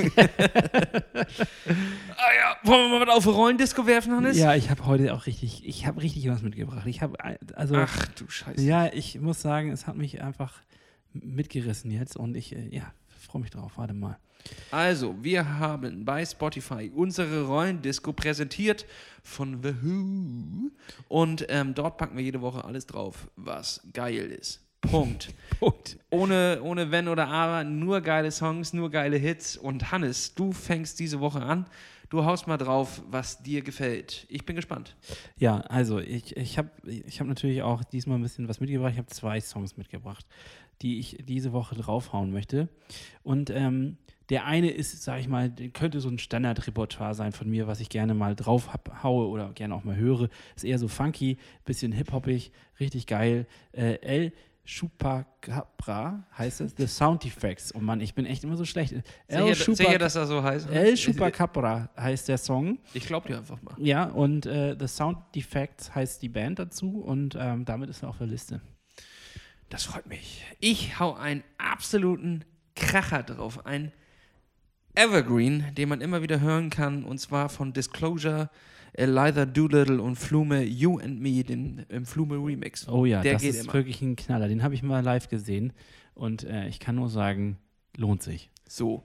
S3: Wollen wir mal was auf Rollendisco werfen, Hannes?
S4: Ja, ich habe heute auch richtig was mitgebracht.
S3: Ach du Scheiße.
S4: Ja, ich muss sagen, es hat mich einfach mitgerissen jetzt und ich freue mich drauf. Warte mal.
S3: Also, wir haben bei Spotify unsere Rollendisco präsentiert von The Who und dort packen wir jede Woche alles drauf, was geil ist. Punkt. Ohne Wenn oder Aber, nur geile Songs, nur geile Hits und Hannes, du fängst diese Woche an. Du haust mal drauf, was dir gefällt. Ich bin gespannt.
S4: Ja, also ich hab natürlich auch diesmal ein bisschen was mitgebracht. Ich habe 2 Songs mitgebracht, die ich diese Woche draufhauen möchte. Und der eine ist, sag ich mal, könnte so ein Standardrepertoire sein von mir, was ich gerne mal drauf haue oder gerne auch mal höre. Ist eher so funky, bisschen hip-hoppig, richtig geil. El Chupacabra heißt es, The Sound Effects. Oh Mann, ich bin echt immer so schlecht.
S3: Sicher, dass das so heißt?
S4: El Chupacabra heißt der Song.
S3: Ich glaube dir einfach mal.
S4: Ja, und The Sound Effects heißt die Band dazu und damit ist er auf der Liste.
S3: Das freut mich. Ich hau einen absoluten Kracher drauf. Ein Evergreen, den man immer wieder hören kann, und zwar von Disclosure, Elitha Doolittle und Flume, You and Me, den Flume Remix.
S4: Oh ja,
S3: der
S4: das
S3: geht
S4: ist
S3: immer.
S4: wirklich ein Knaller. Den habe ich mal live gesehen und ich kann nur sagen, lohnt sich.
S3: So.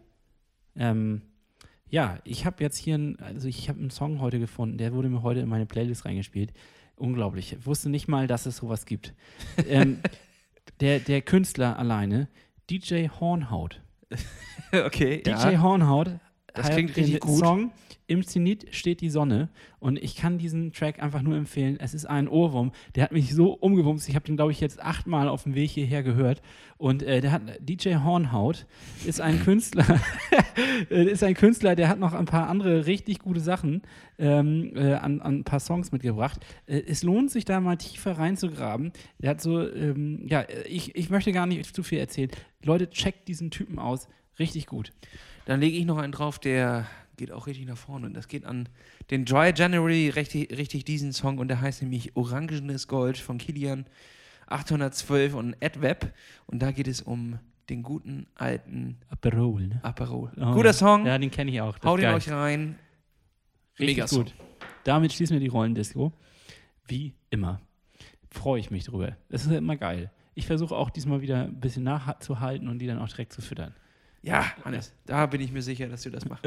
S4: Ja, ich habe jetzt hier einen Song heute gefunden, der wurde mir heute in meine Playlist reingespielt. Unglaublich. Ich wusste nicht mal, dass es sowas gibt. Der Künstler alleine, DJ Hornhaut.
S3: Okay,
S4: DJ Hornhaut
S3: Das
S4: hat
S3: klingt richtig
S4: den
S3: gut.
S4: Song Im Zenit steht die Sonne und ich kann diesen Track einfach nur empfehlen. Es ist ein Ohrwurm, der hat mich so umgewumst. Ich habe den, glaube ich, jetzt 8-mal auf dem Weg hierher gehört und der hat DJ Hornhaut ist ein Künstler, der hat noch ein paar andere richtig gute Sachen an ein paar Songs mitgebracht. Es lohnt sich da mal tiefer reinzugraben. Der hat so, ich möchte gar nicht zu viel erzählen. Leute, checkt diesen Typen aus. Richtig gut.
S3: Dann lege ich noch einen drauf, der geht auch richtig nach vorne. Und das geht an den Dry January, richtig diesen Song. Und der heißt nämlich Orangenes Gold von Kilian 812 und Ed Webb. Und da geht es um den guten alten
S4: Aperol, ne?
S3: Aperol.
S4: Oh,
S3: Guter Song.
S4: Ja, den kenne ich auch. Das
S3: Haut
S4: ist
S3: ihn
S4: geil.
S3: euch rein.
S4: Richtig
S3: Mega Song.
S4: gut. Damit schließen wir die Rollendisco. Wie immer. Freue ich mich drüber. Das ist ja immer geil. Ich versuche auch diesmal wieder ein bisschen nachzuhalten und die dann auch direkt zu füttern.
S3: Ja, Hannes, da bin ich mir sicher, dass du das machst.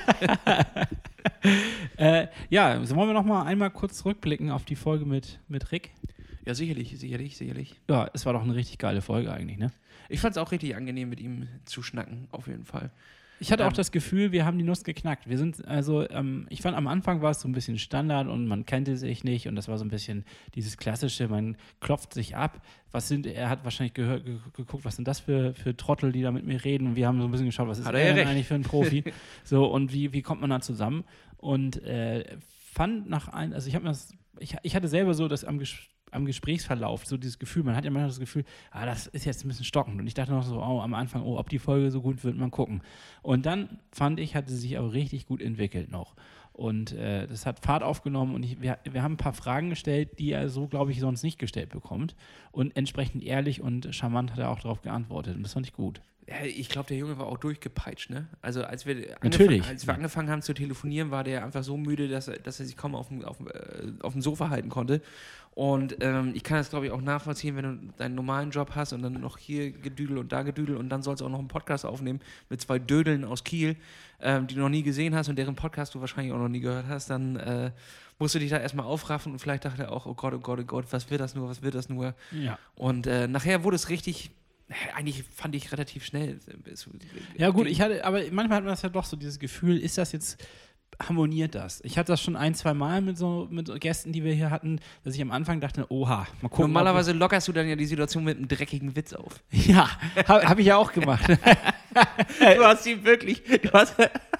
S4: Ja, so wollen wir noch mal einmal kurz zurückblicken auf die Folge mit Rick.
S3: Ja, sicherlich.
S4: Ja, es war doch eine richtig geile Folge eigentlich, ne?
S3: Ich fand es auch richtig angenehm, mit ihm zu schnacken, auf jeden Fall.
S4: Ich hatte auch das Gefühl, wir haben die Nuss geknackt. Wir sind, ich fand, am Anfang war es so ein bisschen Standard und man kannte sich nicht und das war so ein bisschen dieses klassische, man klopft sich ab. Er hat wahrscheinlich geguckt, was sind das für Trottel, die da mit mir reden und wir haben so ein bisschen geschaut, was ist
S3: Hat er ja
S4: denn
S3: recht.
S4: eigentlich für ein Profi? So, und wie kommt man da zusammen? Und fand ich hatte selber so das am Gesprächsverlauf, so dieses Gefühl, man hat ja manchmal das Gefühl, das ist jetzt ein bisschen stockend. Und ich dachte noch so, am Anfang, ob die Folge so gut wird, mal gucken. Und dann fand ich, hat sie sich auch richtig gut entwickelt noch. Und das hat Fahrt aufgenommen und wir haben ein paar Fragen gestellt, die er so, glaube ich, sonst nicht gestellt bekommt. Und entsprechend ehrlich und charmant hat er auch darauf geantwortet. Und das fand ich gut.
S3: Ja, ich glaube, der Junge war auch durchgepeitscht, ne? Also als wir angefangen haben zu telefonieren, war der einfach so müde, dass er sich kaum auf dem Sofa halten konnte. Und ich kann das, glaube ich, auch nachvollziehen, wenn du deinen normalen Job hast und dann noch hier Gedüdel und da Gedüdel und dann sollst du auch noch einen Podcast aufnehmen mit 2 Dödeln aus Kiel, die du noch nie gesehen hast und deren Podcast du wahrscheinlich auch noch nie gehört hast, dann musst du dich da erstmal aufraffen und vielleicht dachte er auch, oh Gott, was wird das nur?
S4: Ja.
S3: Und nachher wurde es richtig. Eigentlich fand ich relativ schnell.
S4: Ja gut, aber manchmal hat man das ja doch so, dieses Gefühl, harmoniert das? Ich hatte das schon 1-2 Mal mit Gästen, die wir hier hatten, dass ich am Anfang dachte, oha, mal gucken.
S3: Normalerweise lockerst du dann ja die Situation mit einem dreckigen Witz auf.
S4: Ja, hab ich ja auch gemacht.
S3: Du hast ihn wirklich, du hast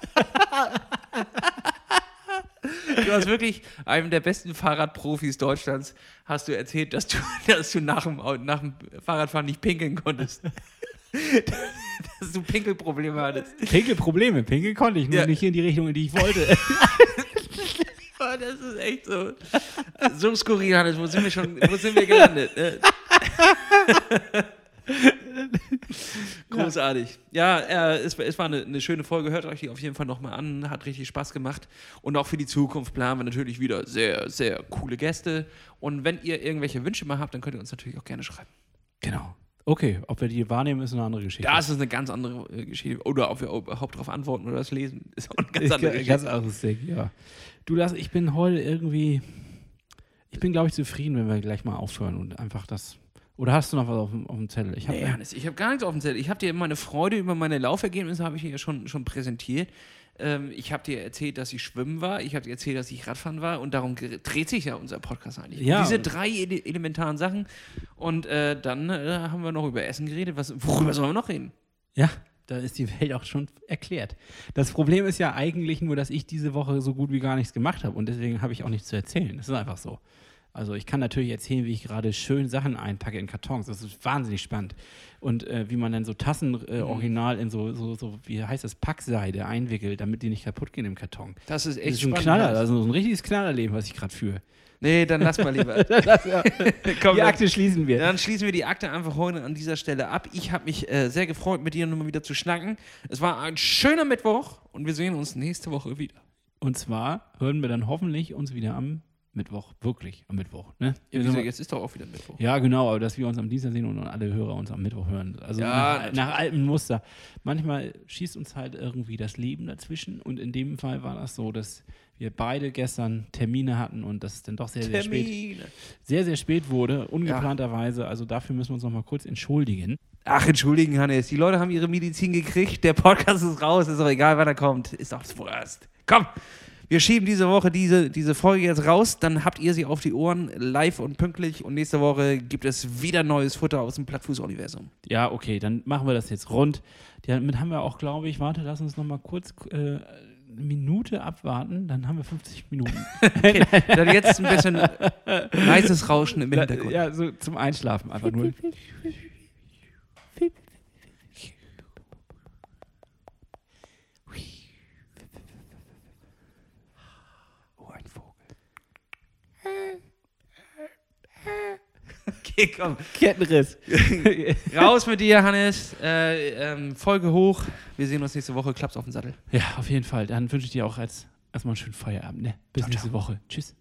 S3: wirklich einem der besten Fahrradprofis Deutschlands hast du erzählt, dass du nach dem Fahrradfahren nicht pinkeln konntest. Dass du Pinkelprobleme hattest.
S4: Pinkeln konnte ich, nur nicht in die Richtung, in die ich wollte.
S3: Oh, das ist echt so. So skurril, Hannes, wo sind wir gelandet? Großartig. Ja, es war eine schöne Folge. Hört euch die auf jeden Fall nochmal an. Hat richtig Spaß gemacht. Und auch für die Zukunft planen wir natürlich wieder sehr, sehr coole Gäste. Und wenn ihr irgendwelche Wünsche mal habt, dann könnt ihr uns natürlich auch gerne schreiben.
S4: Genau. Okay, ob wir die wahrnehmen, ist eine andere Geschichte.
S3: Das ist eine ganz andere Geschichte. Oder ob wir überhaupt darauf antworten oder das lesen, ist auch eine ganz andere Geschichte.
S4: Ganz anderes Ding, ja. Du, ich bin heute irgendwie, glaube ich, zufrieden, wenn wir gleich mal aufhören und einfach das. Oder hast du noch was auf dem Zettel? Ich habe
S3: gar nichts auf dem Zettel. Ich habe dir meine Freude über meine Laufergebnisse habe ich dir ja schon präsentiert. Ich habe dir erzählt, dass ich schwimmen war. Ich habe dir erzählt, dass ich Radfahren war. Und darum dreht sich ja unser Podcast eigentlich.
S4: Ja.
S3: Um diese 3 elementaren Sachen. Und dann haben wir noch über Essen geredet. Worüber sollen wir noch reden?
S4: Ja, da ist die Welt auch schon erklärt. Das Problem ist ja eigentlich nur, dass ich diese Woche so gut wie gar nichts gemacht habe und deswegen habe ich auch nichts zu erzählen. Das ist einfach so. Also ich kann natürlich erzählen, wie ich gerade schön Sachen einpacke in Kartons. Das ist wahnsinnig spannend. Und wie man dann so Tassen original in so, wie heißt das, Packseide einwickelt, damit die nicht kaputt gehen im Karton.
S3: Das ist
S4: Das
S3: echt
S4: ist ein
S3: spannend.
S4: Knaller, also so ein richtiges Knallerleben, was ich gerade führe.
S3: Nee, dann lass mal lieber. Komm,
S4: Die Akte schließen wir.
S3: Dann schließen wir die Akte einfach heute an dieser Stelle ab. Ich habe mich sehr gefreut, mit dir nochmal wieder zu schnacken. Es war ein schöner Mittwoch und wir sehen uns nächste Woche wieder.
S4: Und zwar hören wir dann hoffentlich uns wieder am Mittwoch, wirklich am Mittwoch. Ne?
S3: Jetzt ist doch auch wieder Mittwoch.
S4: Ja, genau, aber dass wir uns am Dienstag sehen und alle Hörer uns am Mittwoch hören. Also
S3: Ja,
S4: nach altem Muster. Manchmal schießt uns halt irgendwie das Leben dazwischen und in dem Fall war das so, dass wir beide gestern Termine hatten und das dann doch sehr sehr spät wurde, ungeplanterweise. Also dafür müssen wir uns noch mal kurz entschuldigen.
S3: Ach, entschuldigen, Hannes. Die Leute haben ihre Medizin gekriegt. Der Podcast ist raus. Ist auch egal, wann er kommt. Ist doch Wurst. Komm, wir schieben diese Woche diese Folge jetzt raus. Dann habt ihr sie auf die Ohren, live und pünktlich. Und nächste Woche gibt es wieder neues Futter aus dem Plattfuß-Universum.
S4: Ja, okay, dann machen wir das jetzt rund. Damit haben wir auch, glaube ich, lass uns noch mal kurz eine Minute abwarten. Dann haben wir 50 Minuten.
S3: Okay, dann jetzt ein bisschen leises Rauschen im Hintergrund.
S4: Ja, so zum Einschlafen einfach nur.
S3: Ein Vogel. Okay, komm.
S4: Kettenriss.
S3: Raus mit dir, Hannes. Folge hoch. Wir sehen uns nächste Woche. Klaps auf den Sattel.
S4: Ja, auf jeden Fall. Dann wünsche ich dir auch erstmal einen schönen Feierabend. Ne? Bis nächste Woche. Tschüss.